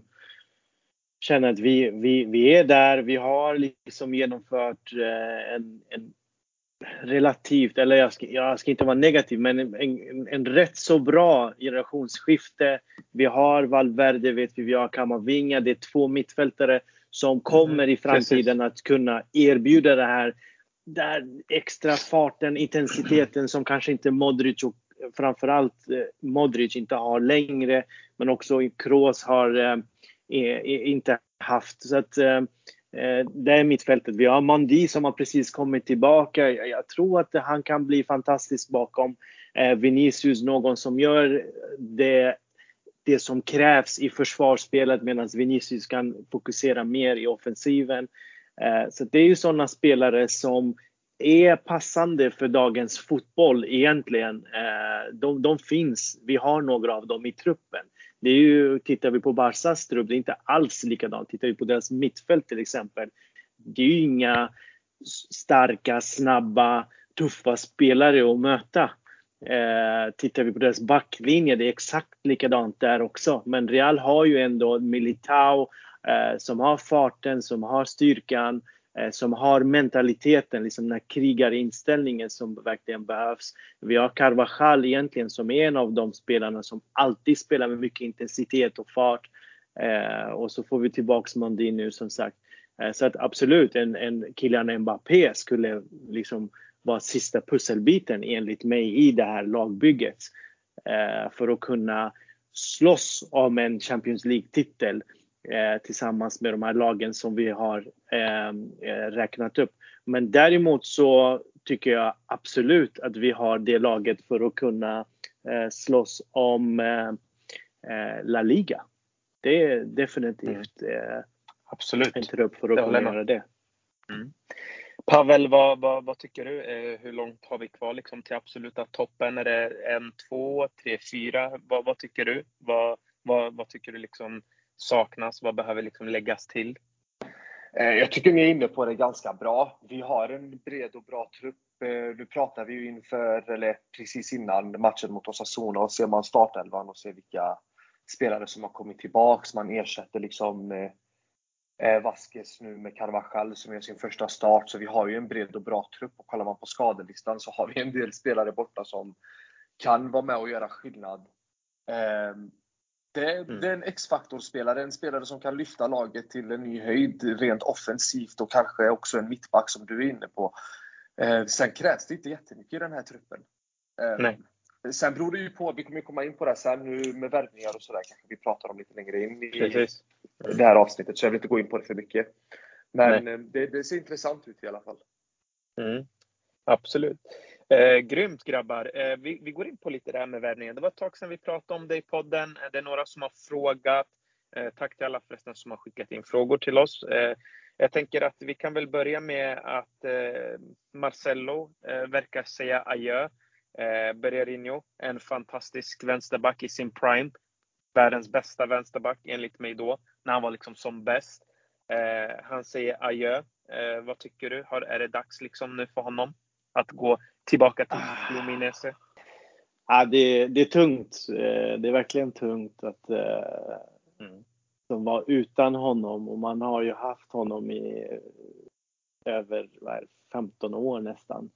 känner att vi, vi, vi är där. Vi har liksom genomfört eh, en, en relativt, eller jag ska, jag ska inte vara negativ, men en, en, en rätt så bra generationsskifte. Vi har Valverde, vet vi, vi har Camavinga. Det är två mittfältare som kommer
Mm,
i framtiden
precis.
att kunna erbjuda det här, där extra farten, intensiteten som kanske inte Modric och framförallt eh, Modric inte har längre, men också Kroos har eh, inte haft. Så att eh, det är mittfältet. Vi har Mandi som har precis kommit tillbaka. Jag tror att han kan bli fantastisk bakom eh, Vinicius, någon som gör det, det som krävs i försvarsspelet medan Vinicius kan fokusera mer i offensiven. Eh, så det är ju sådana spelare som är passande för dagens fotboll egentligen. Eh, de, de finns, vi har några av dem i truppen. Det är ju, tittar vi på Barças trupp, det är inte alls likadant. Tittar vi på deras mittfält till exempel, det är ju inga starka, snabba, tuffa spelare att möta. Eh, tittar vi på deras backlinje, det är exakt likadant där också. Men Real har ju ändå Militao eh, som har farten, som har styrkan, eh, som har mentaliteten, liksom den här krigarinställningen som verkligen behövs. Vi har Carvajal egentligen som är en av de spelarna som alltid spelar med mycket intensitet och fart. Eh, och så får vi tillbaks Mandi nu som sagt. Eh, så att absolut, en, en Kylian Mbappé skulle liksom vara sista pusselbiten enligt mig i det här lagbygget. Eh, för att kunna slåss om en Champions League-titel eh, tillsammans med de här lagen som vi har eh, räknat upp. Men däremot så tycker jag absolut att vi har det laget för att kunna eh, slåss om eh, La Liga. Det är definitivt eh,
absolut
en trupp för att
det
kunna göra det.
Mm. Pavel, vad, vad, vad tycker du? Eh, hur långt har vi kvar liksom till absoluta toppen? Är det en, två, tre, fyra? Vad, vad tycker du? Vad, vad, vad tycker du liksom saknas? Vad behöver liksom läggas till?
Jag tycker ni är inne på det ganska bra. Vi har en bred och bra trupp. Nu pratar vi ju inför, eller precis innan matchen mot Osasuna, och ser man startelvan och ser vilka spelare som har kommit tillbaks. Man ersätter liksom eh, Vasquez nu med Carvajal som gör sin första start. Så vi har ju en bred och bra trupp. Och kollar man på skadelistan så har vi en del spelare borta som kan vara med och göra skillnad. Eh, Det, mm. det är en X-faktorspelare, en spelare som kan lyfta laget till en ny höjd rent offensivt, och kanske också en mittback som du är inne på. Eh, sen krävs det inte jättemycket i den här truppen. Eh,
Nej.
Sen beror det ju på, vi kommer komma in på det sen nu med värvningar och sådär, kanske vi pratar om lite längre in i
Precis. Mm.
det här avsnittet, så jag vill inte gå in på det för mycket. Men det, det ser intressant ut i alla fall.
Mm. Absolut. Eh, grymt grabbar. Eh, vi, vi går in på lite det här med värvningen. Det var ett tag sedan vi pratade om det i podden. Det är några som har frågat. Eh, tack till alla förresten som har skickat in frågor till oss. Eh, jag tänker att vi kan väl börja med att eh, Marcelo eh, verkar säga adjö. Eh, Bererinho, en fantastisk vänsterback i sin prime. Världens bästa vänsterback enligt mig då, när han var liksom som bäst. Eh, han säger adjö. Eh, vad tycker du? Har, är det dags liksom nu för honom att gå tillbaka till Fluminense?
Ja, det, det är tungt. Det är verkligen tungt att mm. de var utan honom, och man har ju haft honom i över femton år nästan.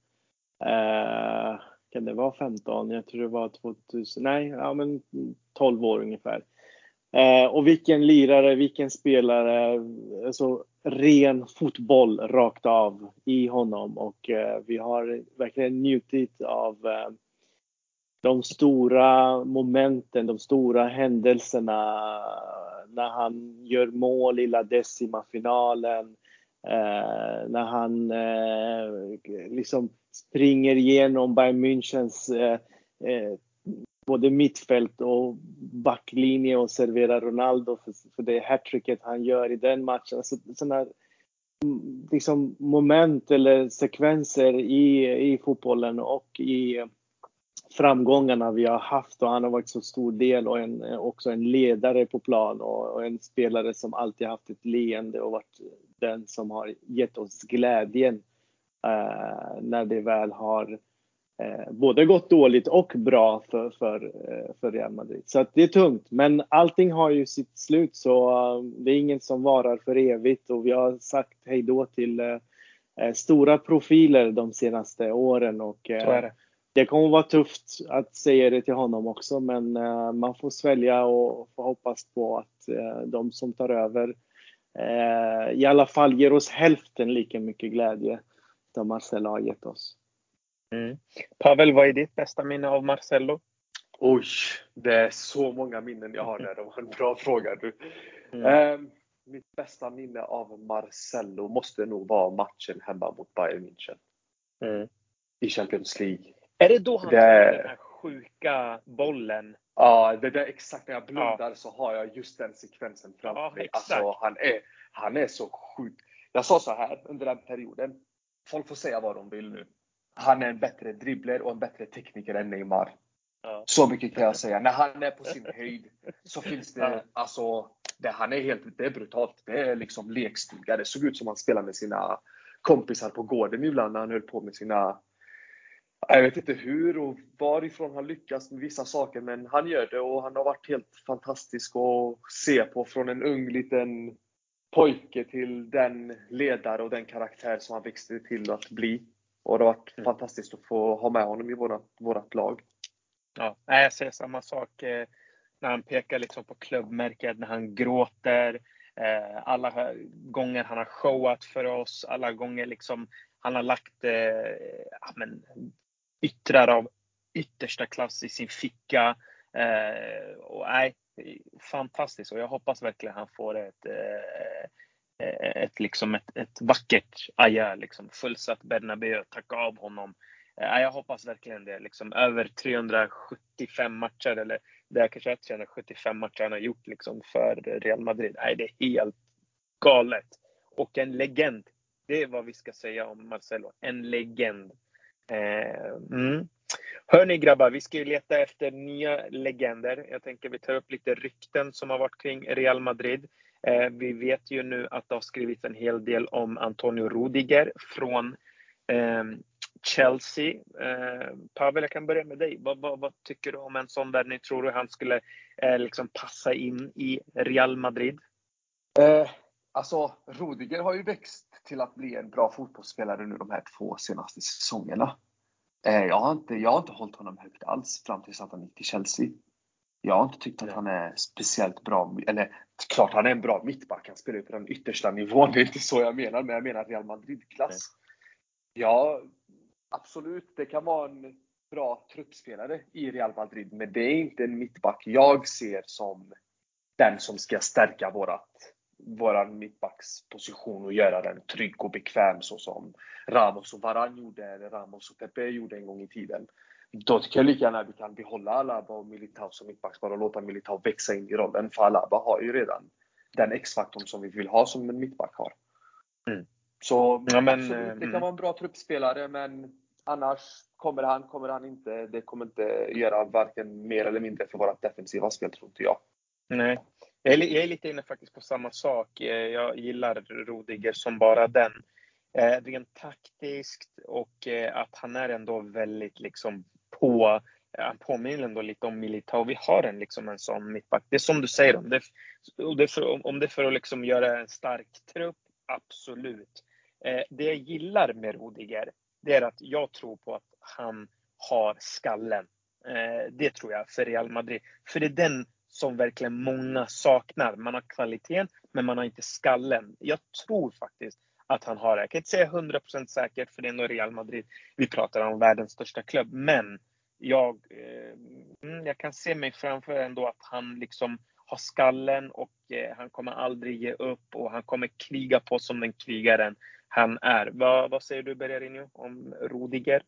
Eh, kan det vara femton? Jag tror det var tvåtusen. Nej, ja, men tolv år ungefär. Eh, och vilken lirare, vilken spelare, alltså ren fotboll rakt av i honom, och eh, vi har verkligen njutit av eh, de stora momenten, de stora händelserna när han gör mål i La Decima-finalen, eh, när han eh, liksom springer igenom Bayern Münchens eh, eh, både mittfält och backlinje och serverar Ronaldo för, för det hattricket han gör i den matchen. Alltså, sådana liksom moment eller sekvenser i, i fotbollen och i framgångarna vi har haft, och han har varit så stor del, och en, också en ledare på plan, och, och en spelare som alltid haft ett leende och varit den som har gett oss glädjen eh, när det väl har eh, både gått dåligt och bra för, för, eh, för Real Madrid. Så att det är tungt. Men allting har ju sitt slut, så uh, det är inget som varar för evigt. Och vi har sagt hej då till uh, stora profiler de senaste åren. Och, uh,
Så är det.
Det kommer vara tufft att säga det till honom också, men uh, man får svälja och får hoppas på att uh, de som tar över uh, i alla fall ger oss hälften lika mycket glädje som Marcelo har gett oss.
Mm. Pavel, vad är ditt bästa minne av Marcelo?
Oj, det är så många minnen jag har där. Det var en bra fråga du.
Mm.
Um, mitt bästa minne av Marcelo måste nog vara matchen hemma mot Bayern München.
Mm.
I Champions League.
Är det då han
Det-
tar den här sjuka bollen?
Ja, det där exakt när jag blundar
Ja.
så har jag just den sekvensen framför
Ja,
mig.
exakt.
Alltså han är, han är så sjuk. Jag sa så här under den perioden. Folk får säga vad de vill nu. Han är en bättre dribbler och en bättre tekniker än Neymar.
Ja.
Så mycket kan jag säga. När han är på sin höjd så finns det,
Ja.
alltså, det, han är helt, det är brutalt. Det är liksom lekstuga. Det såg ut som han spelade med sina kompisar på gården ibland när han höll på med sina, jag vet inte hur och varifrån han lyckas med vissa saker, men han gör det och han har varit helt fantastisk att se på, från en ung liten pojke till den ledare och den karaktär som han växte till att bli. Och det har varit
Mm.
fantastiskt att få ha med honom i vårat, vårat lag.
Ja, nej, jag säger samma sak eh, när han pekar liksom på klubbmärket, när han gråter, eh, alla gånger han har showat för oss, alla gånger liksom han har lagt eh, ja, men, yttrar av yttersta klass i sin ficka. Eh, och nej, fantastiskt, och jag hoppas verkligen han får ett eh, ett, liksom ett, ett vackert adjö, liksom fullsatt Bernabéu, tacka av honom. Eh, jag hoppas verkligen det, liksom över trehundrasjuttiofem matcher, eller det är kanske trehundrasjuttiofem matcher han har gjort liksom för Real Madrid. Nej, det är helt galet. Och en legend. Det är vad vi ska säga om Marcelo. En legend. Eh, mm. Hör ni grabbar, vi ska ju leta efter nya legender. Jag tänker vi tar upp lite rykten som har varit kring Real Madrid. Eh, vi vet ju nu att det har skrivits en hel del om Antonio Rudiger från eh, Chelsea. Eh, Pavel, jag kan börja med dig. Vad, vad, vad tycker du om en sån värvning? Tror du han skulle eh, liksom passa in i Real Madrid?
Eh, alltså, Rudiger har ju växt till att bli en bra fotbollsspelare nu de här två senaste säsongerna. Eh, jag, har inte, jag har inte hållit honom högt alls fram tills att han gick till Chelsea. Jag har inte tyckt att
Nej.
han är speciellt bra. Eller klart han är en bra mittback. Han spelar ju på den yttersta nivån. Det är inte så jag menar. Men jag menar Real Madrid-klass. Ja, absolut. Det kan vara en bra truppspelare i Real Madrid. Men det är inte en mittback jag ser som den som ska stärka vårat, våran mittbacksposition och göra den trygg och bekväm, så som Ramos och Varane gjorde, eller Ramos och Pepe gjorde en gång i tiden. Då tycker jag lika gärna att vi kan behålla Alaba och Militao som mittbackspar och låta Militao växa in i rollen. För Alaba har ju redan den X-faktorn som vi vill ha som en mittback har.
Mm.
Så
Ja, men,
absolut, det kan
mm.
vara en bra truppspelare, men annars kommer han, kommer han inte, det kommer inte göra varken mer eller mindre för våra defensiva spel, tror inte jag.
Nej, jag är, jag är lite inne faktiskt på samma sak. Jag gillar Rudiger som bara den. Eh, rent taktiskt, och eh, att han är ändå väldigt liksom på, han påminner ändå lite om Militao. Vi har en liksom en sån mittback. Det är som du säger, om det, om det för, om det för att liksom göra en stark trupp, absolut. Eh, det jag gillar med Rudiger, det är att jag tror på att han har skallen. Eh, det tror jag för Real Madrid. För det är den som verkligen många saknar. Man har kvaliteten, men man har inte skallen. Jag tror faktiskt att han har det. Jag kan inte säga hundra procent säkert, för det är ändå Real Madrid. Vi pratar om världens största klubb. Men jag, eh, jag kan se mig framför ändå att han liksom har skallen, och eh, han kommer aldrig ge upp, och han kommer kriga på som den krigaren han är. Vad, vad säger du, Bergerino, om Rudiger?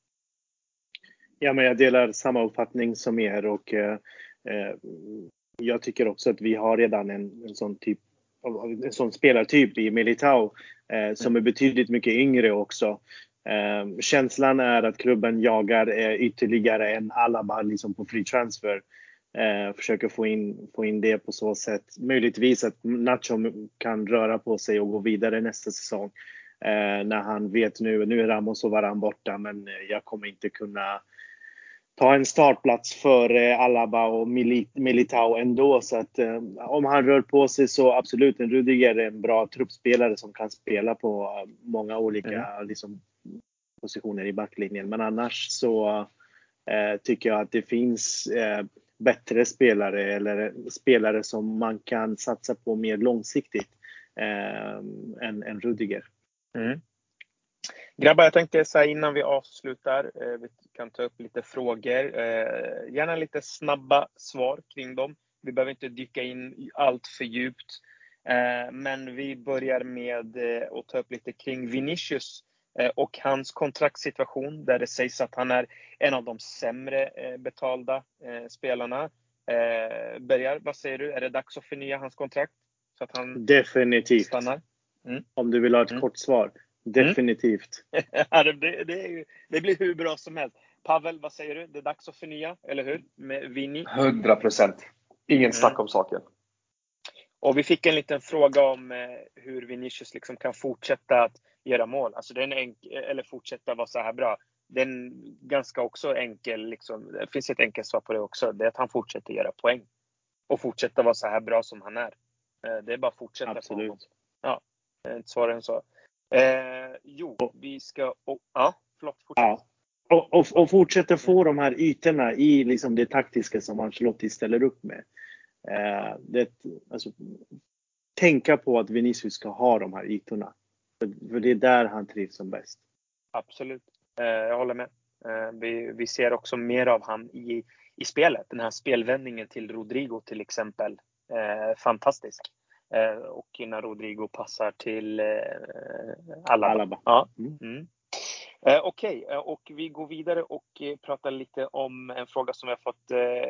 Ja, men jag delar samma uppfattning som er, och eh, jag tycker också att vi har redan en, en sån typ en sån spelartyp i Militao eh, som är betydligt mycket yngre också. Eh, känslan är att klubben jagar eh, ytterligare en Alaba liksom på free transfer. Eh, försöker få in, få in det på så sätt. Möjligtvis att Nacho kan röra på sig och gå vidare nästa säsong. Eh, när han vet nu, nu är Ramos och Varane borta, men jag kommer inte kunna ta en startplats för eh, Alaba och Militao ändå. Så att eh, om han rör på sig så absolut, en Rudiger är en bra truppspelare som kan spela på många olika mm. liksom, positioner i backlinjen. Men annars så eh, tycker jag att det finns eh, bättre spelare eller spelare som man kan satsa på mer långsiktigt eh, än, än Rudiger.
Mm. Grabbar, jag tänkte säga innan vi avslutar, eh, vi kan ta upp lite frågor. Eh, gärna lite snabba svar kring dem. Vi behöver inte dyka in allt för djupt. Eh, men vi börjar med eh, att ta upp lite kring Vinicius eh, och hans kontraktssituation. Där det sägs att han är en av de sämre eh, betalda eh, spelarna. Eh, Bergar, vad säger du? Är det dags att förnya hans kontrakt? Så att han
definitivt
stannar? Mm.
Om du vill ha ett
Mm.
kort svar. Definitivt.
Mm. det, det, det blir hur bra som helst. Pavel, vad säger du? Det är dags att förnya, eller hur? Med Vini?
hundra procent. Ingen
Mm.
snack om saken.
Och vi fick en liten fråga om eh, hur Vinicius liksom kan fortsätta att göra mål. Alltså det är en enk- eller fortsätta vara så här bra. Det är en ganska också enkel, liksom, det finns ett enkelt svar på det också. Det är att han fortsätter göra poäng. Och fortsätta vara så här bra som han är. Eh, det är bara att fortsätta.
Absolut.
Ja, ett svar än så. Eh, jo, vi ska... Oh, ja, förlåt, fortsätt.
Ja. Och, och, och fortsätta få de här ytorna i liksom det taktiska som Ancelotti ställer upp med. Eh, det, alltså, tänka på att Vinicius ska ha de här ytorna. För, för det är där han trivs som bäst.
Absolut, eh, jag håller med. Eh, vi, vi ser också mer av han i, i spelet. Den här spelvändningen till Rodrigo till exempel. Eh, fantastisk. Eh, och när Rodrigo passar till eh, Alaba.
Alaba.
Ja. Mm. Eh, Okej, okay. Och vi går vidare och eh, pratar lite om en fråga som vi har fått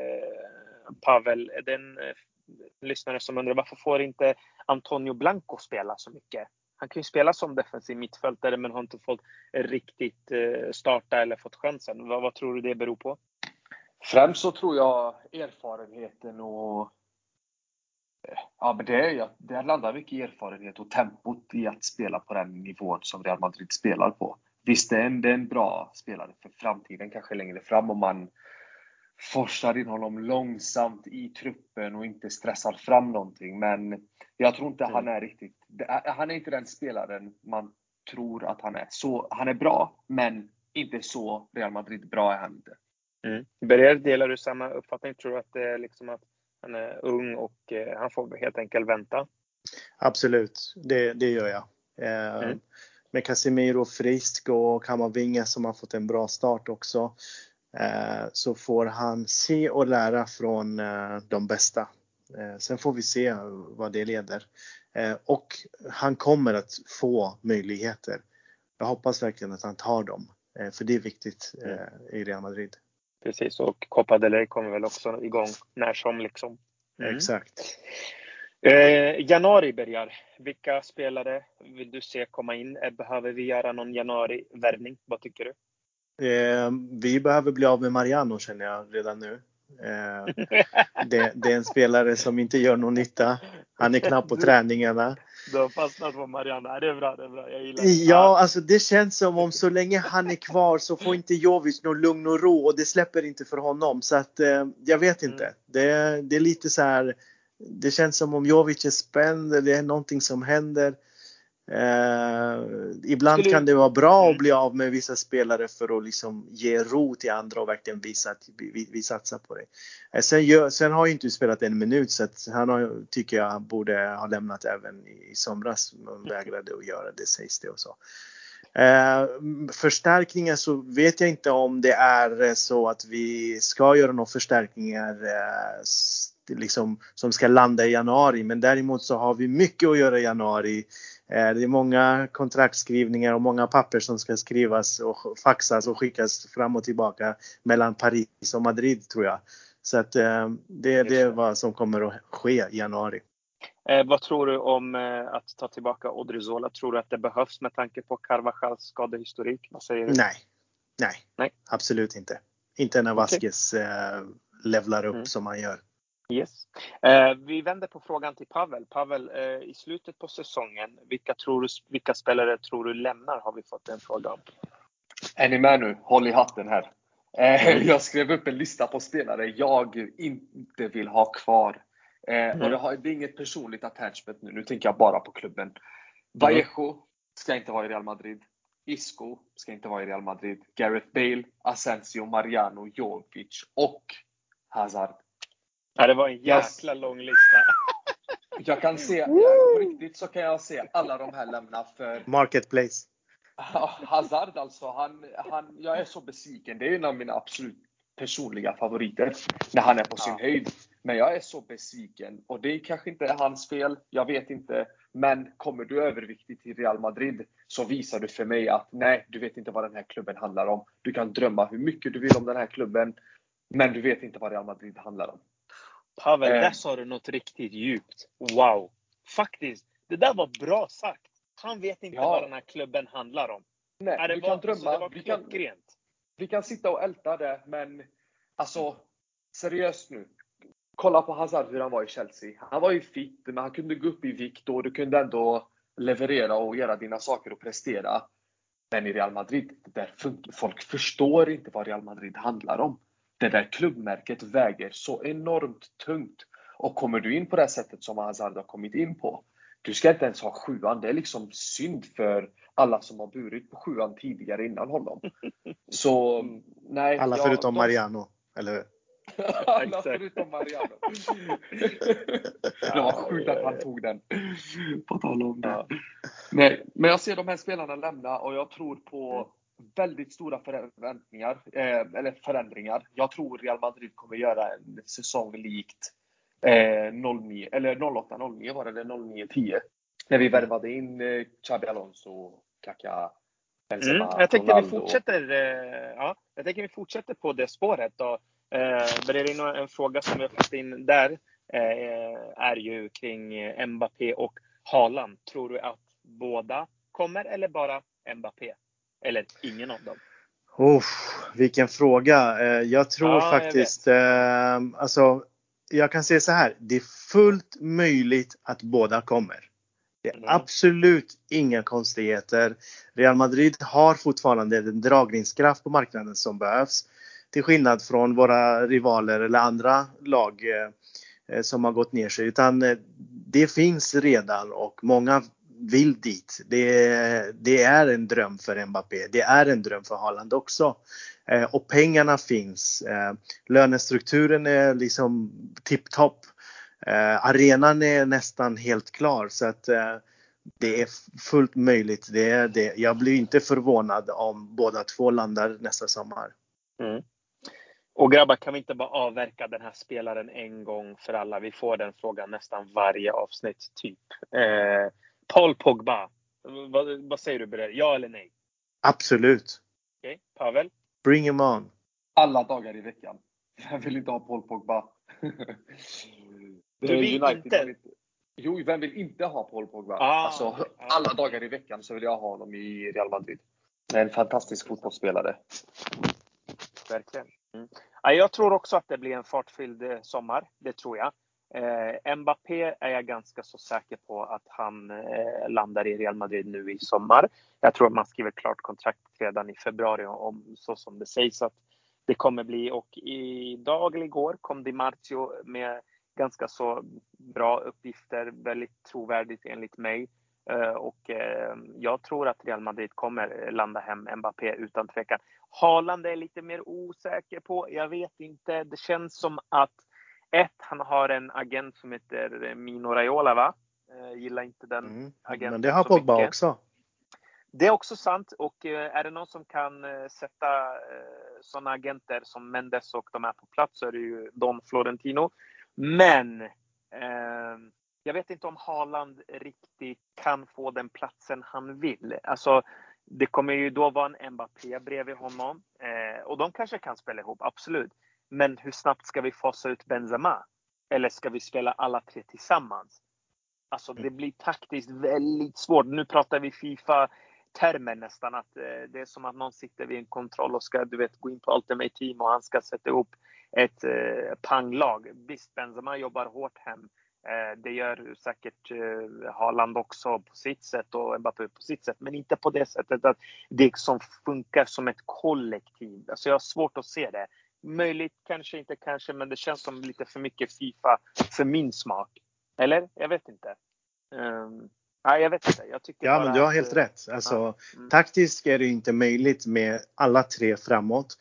eh, Pavel. Den eh, lyssnare som undrar varför får inte Antonio Blanco spela så mycket? Han kan ju spela som defensiv mittfältare men har inte fått riktigt eh, starta eller fått chansen. Vad, vad tror du det beror på?
Främst så tror jag erfarenheten och ja, men det, är, det landar mycket i erfarenhet och tempot i att spela på den nivån som Real Madrid spelar på. Visst, det är en, det är en bra spelare för framtiden, kanske längre fram om man forsar in honom långsamt i truppen och inte stressar fram någonting. Men jag tror inte mm. han är riktigt, han är inte den spelaren man tror att han är. Så han är bra, men inte så Real Madrid bra är han inte.
Mm. Berger, delar du samma uppfattning? Tror du att det är liksom att han är ung och eh, han får helt enkelt vänta?
Absolut, det, det gör jag. Eh,
mm.
Med Casemiro frisk och Camavinga som har fått en bra start också. Eh, så får han se och lära från eh, de bästa. Eh, sen får vi se vad det leder. Eh, och han kommer att få möjligheter. Jag hoppas verkligen att han tar dem. Eh, för det är viktigt eh, mm. i Real Madrid.
Precis, och Copa del Rey kommer väl också igång när som liksom.
Mm. Exakt.
Eh, januari börjar. Vilka spelare vill du se komma in? Behöver vi göra någon januari-värvning? Vad tycker du?
Eh, vi behöver bli av med Mariano, känner jag redan nu. Eh, det, det är en spelare som inte gör någon nytta. Han är knappt på träningarna.
Du har fastnat på Mariano. Det är bra, det är bra. Jag gillar
det. Ja, alltså det känns som om så länge han är kvar så får inte Jovic någon lugn och ro. Och det släpper inte för honom. Så att eh, jag vet inte. Mm. Det, det är lite så här. Det känns som om Jovic är spänd. Det är någonting som händer. Eh, ibland Skulle... kan det vara bra att bli av med vissa spelare för att liksom ge ro till andra och verkligen visa att vi, vi satsar på det. Eh, sen, gör, sen har ju inte spelat en minut så att han har, tycker jag borde ha lämnat även i, i somras. Man vägrade att göra det, sägs det och så. Eh, förstärkningar så vet jag inte om det är så att vi ska göra några förstärkningar eh, liksom, som ska landa i januari, men däremot så har vi mycket att göra i januari. eh, det är många kontraktskrivningar och många papper som ska skrivas och faxas och skickas fram och tillbaka mellan Paris och Madrid, tror jag. Så att eh, det, det är vad som kommer att ske i januari.
Eh, vad tror du om eh, att ta tillbaka Odriozola? Tror du att det behövs med tanke på Carvajals skadehistorik? Vad säger du?
Nej, nej,
nej.
absolut inte. Inte när Vasquez okay. eh, levlar upp mm. som han gör.
Yes. Eh, vi vänder på frågan till Pavel. Pavel, eh, i slutet på säsongen, vilka, tror du, vilka spelare tror du lämnar? Har vi fått en fråga om.
Är ni med nu? Håll i hatten här. Eh, jag skrev upp en lista på spelare jag inte vill ha kvar. Eh, mm. Och det, har, det är inget personligt attachment nu. Nu tänker jag bara på klubben. Mm. Vallejo ska inte vara i Real Madrid. Isco ska inte vara i Real Madrid. Gareth Bale, Asensio, Mariano, Jovic och Hazard.
Ja, det var en jäkla lång lista.
Jag kan se, på riktigt så kan jag se alla de här lämna för
Marketplace.
Hazard alltså, han, han, jag är så besviken. Det är en av mina absolut personliga favoriter när han är på sin ja. höjd. Men jag är så besviken. Och det är kanske inte är hans fel, jag vet inte. Men kommer du överviktig till Real Madrid så visar du för mig att nej, du vet inte vad den här klubben handlar om. Du kan drömma hur mycket du vill om den här klubben, men du vet inte vad Real Madrid handlar om.
Pavel, där sa du något riktigt djupt. Wow. Faktiskt, det där var bra sagt. Han vet inte ja. vad den här klubben handlar om.
Nej,
ja, det
du
var,
kan drömma.
alltså, det var
vi, kan, vi kan sitta och älta det, men alltså, seriöst nu. Kolla på Hazard hur han var i Chelsea. Han var ju fit, men han kunde gå upp i vikt och du kunde ändå leverera och göra dina saker och prestera. Men i Real Madrid, där folk förstår inte vad Real Madrid handlar om. Det där klubbmärket väger så enormt tungt. Och kommer du in på det sättet som Hazard har kommit in på, du ska inte ens ha sjuan. Det är liksom synd för alla som har burit på sjuan tidigare innan honom. Så, nej.
Alla
jag,
förutom
de...
Mariano, eller hur?
Alla förutom Mariano. Det var sjukt att han tog den. På tal om det. Ja. Nej, men jag ser de här spelarna lämna och jag tror på väldigt stora förväntningar, eh, eller förändringar. Jag tror Real Madrid kommer göra en säsong likt eh, noll nio, eller noll åtta noll nio var det, eller noll nio tio. När vi värvade in eh, Xabi Alonso, Kaká, Benzema,
mm, jag tänkte
Ronaldo.
vi fortsätter, eh, ja, jag tänker vi fortsätter på det spåret då. Eh, Berlin, en fråga som vi har fått in där eh, är ju kring Mbappé och Haaland. Tror du att båda kommer eller bara Mbappé? Eller ingen av dem?
Oh, vilken fråga. Eh, jag tror
ja,
faktiskt,
jag
eh, alltså, jag kan säga så här. Det är fullt möjligt att båda kommer. Det är mm. absolut inga konstigheter. Real Madrid har fortfarande den dragningskraft på marknaden som behövs. Till skillnad från våra rivaler eller andra lag eh, som har gått ner sig. Utan eh, det finns redan och många vill dit. Det, det är en dröm för Mbappé. Det är en dröm för Haaland också. Eh, och pengarna finns. Eh, lönestrukturen är liksom tipptopp. Eh, arenan är nästan helt klar. Så att eh, det är fullt möjligt. Det är det. Jag blir inte förvånad om båda två landar nästa sommar.
Mm. Och grabbar, kan vi inte bara avverka den här spelaren en gång för alla? Vi får den frågan nästan varje avsnitt typ. Eh, Paul Pogba. Vad, vad säger du på det? Ja eller nej?
Absolut.
Okej, okay. Pavel?
Bring him on.
Alla dagar i veckan. Jag vill inte ha Paul Pogba.
Du vill United, inte?
Vill... Jo, vem vill inte ha Paul Pogba?
Ah,
alltså,
ah.
alla dagar i veckan så vill jag ha honom i Real Madrid. Det är en fantastisk fotbollsspelare.
Verkligen. Mm. Ja, jag tror också att det blir en fartfylld sommar. Det tror jag. Eh, Mbappé är jag ganska så säker på att han eh, landar i Real Madrid nu i sommar. Jag tror att man skriver klart kontrakt redan i februari om så som det sägs att det kommer bli. Och idag eller igår kom Di Marzio med ganska så bra uppgifter. Väldigt trovärdigt enligt mig. Uh, och uh, jag tror att Real Madrid kommer landa hem Mbappé utan tvekan. Haaland är lite mer osäker på. Jag vet inte. Det känns som att ett, han har en agent som heter Mino Raiola, va? Uh, gillar inte den
mm.
agenten.
Men det har Pogba också.
Det är också sant. Och uh, är det någon som kan uh, sätta uh, sådana agenter som Mendes och de är på plats så är det ju Don Florentino. Men uh, jag vet inte om Haaland riktigt kan få den platsen han vill. Alltså, det kommer ju då vara en Mbappé bredvid honom. Eh, och de kanske kan spela ihop, absolut. Men hur snabbt ska vi fasa ut Benzema? Eller ska vi spela alla tre tillsammans? Alltså, det blir taktiskt väldigt svårt. Nu pratar vi FIFA-termer nästan. Att, eh, det är som att någon sitter vid en kontroll och ska du vet, gå in på Ultimate Team och han ska sätta ihop ett eh, panglag. Visst, Benzema jobbar hårt hem. Eh, det gör säkert eh, Haaland också på sitt sätt och Mbappé på sitt sätt. Men inte på det sättet att det som funkar som ett kollektiv. Alltså jag har svårt att se det. Möjligt, kanske inte kanske, men det känns som lite för mycket FIFA för min smak. Eller? Jag vet inte. Um, nej, jag vet inte. Jag tycker
ja,
bara
men du har
att,
helt rätt. Alltså,
ja. mm.
Taktiskt är det inte möjligt med alla tre framåt.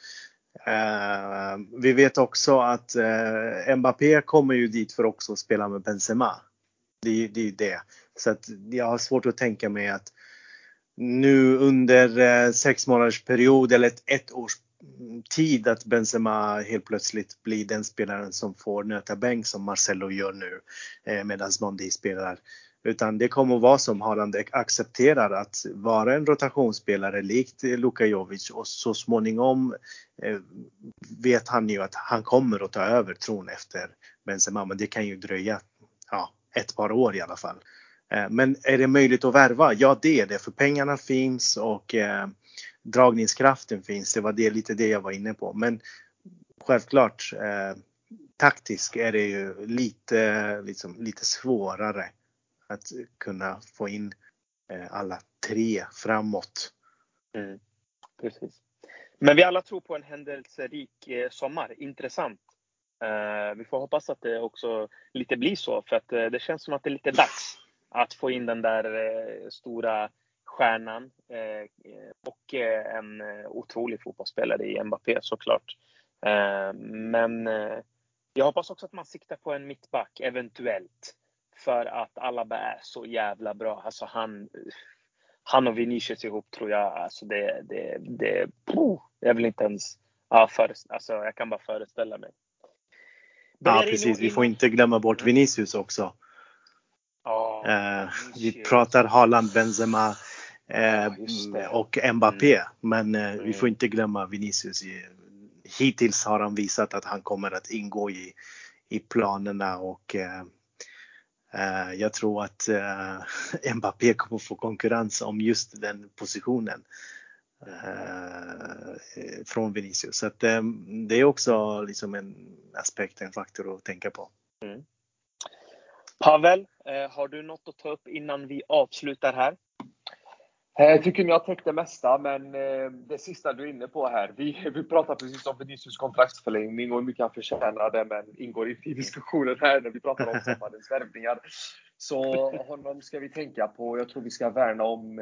Uh, vi vet också att uh, Mbappé kommer ju dit för också att spela med Benzema. Det, det är det. Så att jag har svårt att tänka mig att nu under uh, sex månaders period eller ett, ett års tid att Benzema helt plötsligt blir den spelaren som får nöta bänk som Marcelo gör nu uh, medan Mondi spelar. Utan det kommer att vara som Haaland accepterar att vara en rotationsspelare likt Luka Jovic och så småningom eh, vet han ju att han kommer att ta över tron efter Benzema, men det kan ju dröja ja, ett par år i alla fall. Eh, men är det möjligt att värva? Ja, det är det, för pengarna finns och eh, dragningskraften finns. Det var det, lite det jag var inne på. Men självklart eh, taktiskt är det ju lite, liksom, lite svårare att kunna få in eh, alla tre framåt.
Mm, precis. Men vi alla tror på en händelserik eh, sommar. Intressant. Eh, vi får hoppas att det också lite blir så. För att eh, det känns som att det är lite dags att få in den där eh, stora stjärnan. Eh, och eh, en eh, otrolig fotbollsspelare i Mbappé såklart. Eh, men eh, jag hoppas också att man siktar på en mittback eventuellt. För att alla bara är så jävla bra. Alltså han, han och Vinicius ihop tror jag. Alltså det, det, det puh, jag vill inte ens, ja, för, alltså jag kan bara föreställa mig.
Ja, precis. Vi får inte glömma bort Vinicius också.
Oh,
eh,
Vinicius.
Vi pratar Haaland, Benzema eh,
oh,
och Mbappé.
Mm.
Men eh,
Mm.
vi får inte glömma Vinicius. Hittills har han visat att han kommer att ingå i, i planerna och eh, Uh, jag tror att uh, Mbappé kommer få konkurrens om just den positionen uh, från Vinicius. Så att, um, det är också liksom en aspekt, en faktor att tänka på.
Mm. Pavel, uh, har du något att ta upp innan vi avslutar här?
Jag tycker ni har täckt det mesta, men det sista du är inne på här. Vi, vi pratar precis om Vinicius kontraktsförlängning och hur mycket han förtjänar det, men ingår inte i diskussionen här när vi pratar om sommarens värvningar. Så honom ska vi tänka på. Jag tror vi ska värna om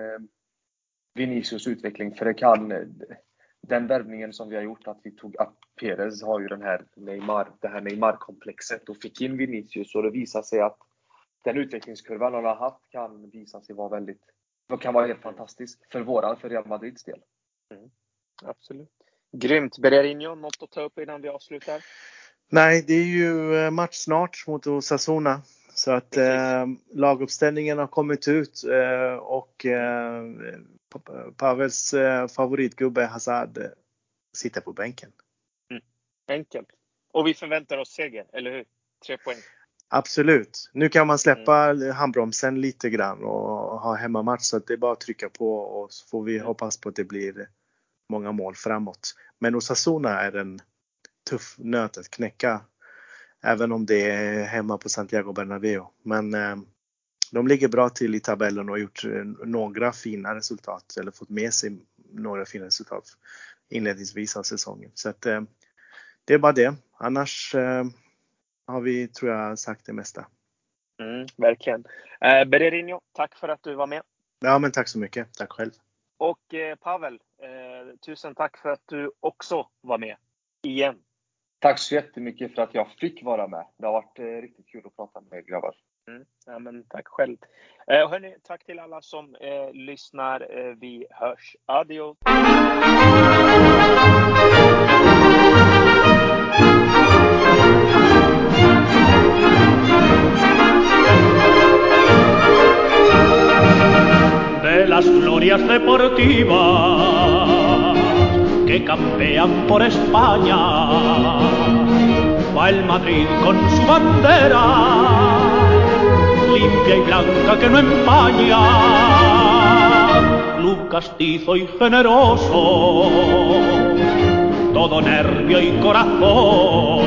Vinicius utveckling, för det kan den värvningen som vi har gjort, att vi tog att Perez har ju den här Neymar, det här Neymar-komplexet och fick in Vinicius, och det visar sig att den utvecklingskurvan han har haft kan visa sig vara väldigt Det kan vara helt fantastiskt för våran, för Real Madrids del.
Mm, absolut. Grymt. Bererinho, något att ta upp innan vi avslutar?
Nej, det är ju match snart mot Osasuna. Så att eh, laguppställningen har kommit ut eh, och eh, Pavels eh, favoritgubbe Hazard eh, sitter på bänken.
Mm. Enkelt. Och vi förväntar oss seger, eller hur? Tre poäng.
Absolut. Nu kan man släppa mm. handbromsen lite grann och ha hemmamatch, så att det är bara att trycka på, och så får vi mm. hoppas på att det blir många mål framåt. Men Osasuna är en tuff nöt att knäcka, även om det är hemma på Santiago Bernabéu. Men eh, de ligger bra till i tabellen och har gjort några fina resultat, eller fått med sig några fina resultat inledningsvis av säsongen. Så att eh, det är bara det. Annars eh, har vi, tror jag, sagt det mesta.
Mm, verkligen. Eh, Bererinho, tack för att du var med.
Ja, men tack så mycket. Tack själv.
Och eh, Pavel, eh, tusen tack för att du också var med. Igen.
Tack så jättemycket för att jag fick vara med. Det har varit eh, riktigt kul att prata med er grabbar.
Mm, ja, men tack själv. Eh, hörni, tack till alla som eh, lyssnar. Eh, vi hörs. Adios.
De las glorias deportivas que campean por España, va el Madrid con su bandera, limpia y blanca que no empaña, club castizo y generoso, todo nervio y corazón.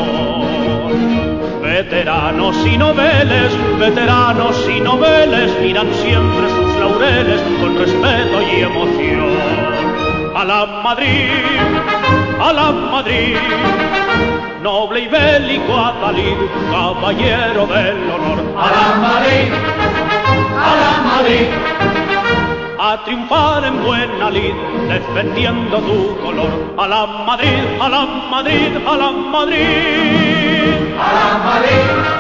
Veteranos y noveles, veteranos y noveles miran siempre sus laureles con respeto y emoción. A la Madrid, a la Madrid, noble y bélico Adalid, caballero del honor.
A la Madrid, a la Madrid,
a triunfar en buena lid, defendiendo tu color. A la Madrid, a la Madrid, a la Madrid,
a la Madrid.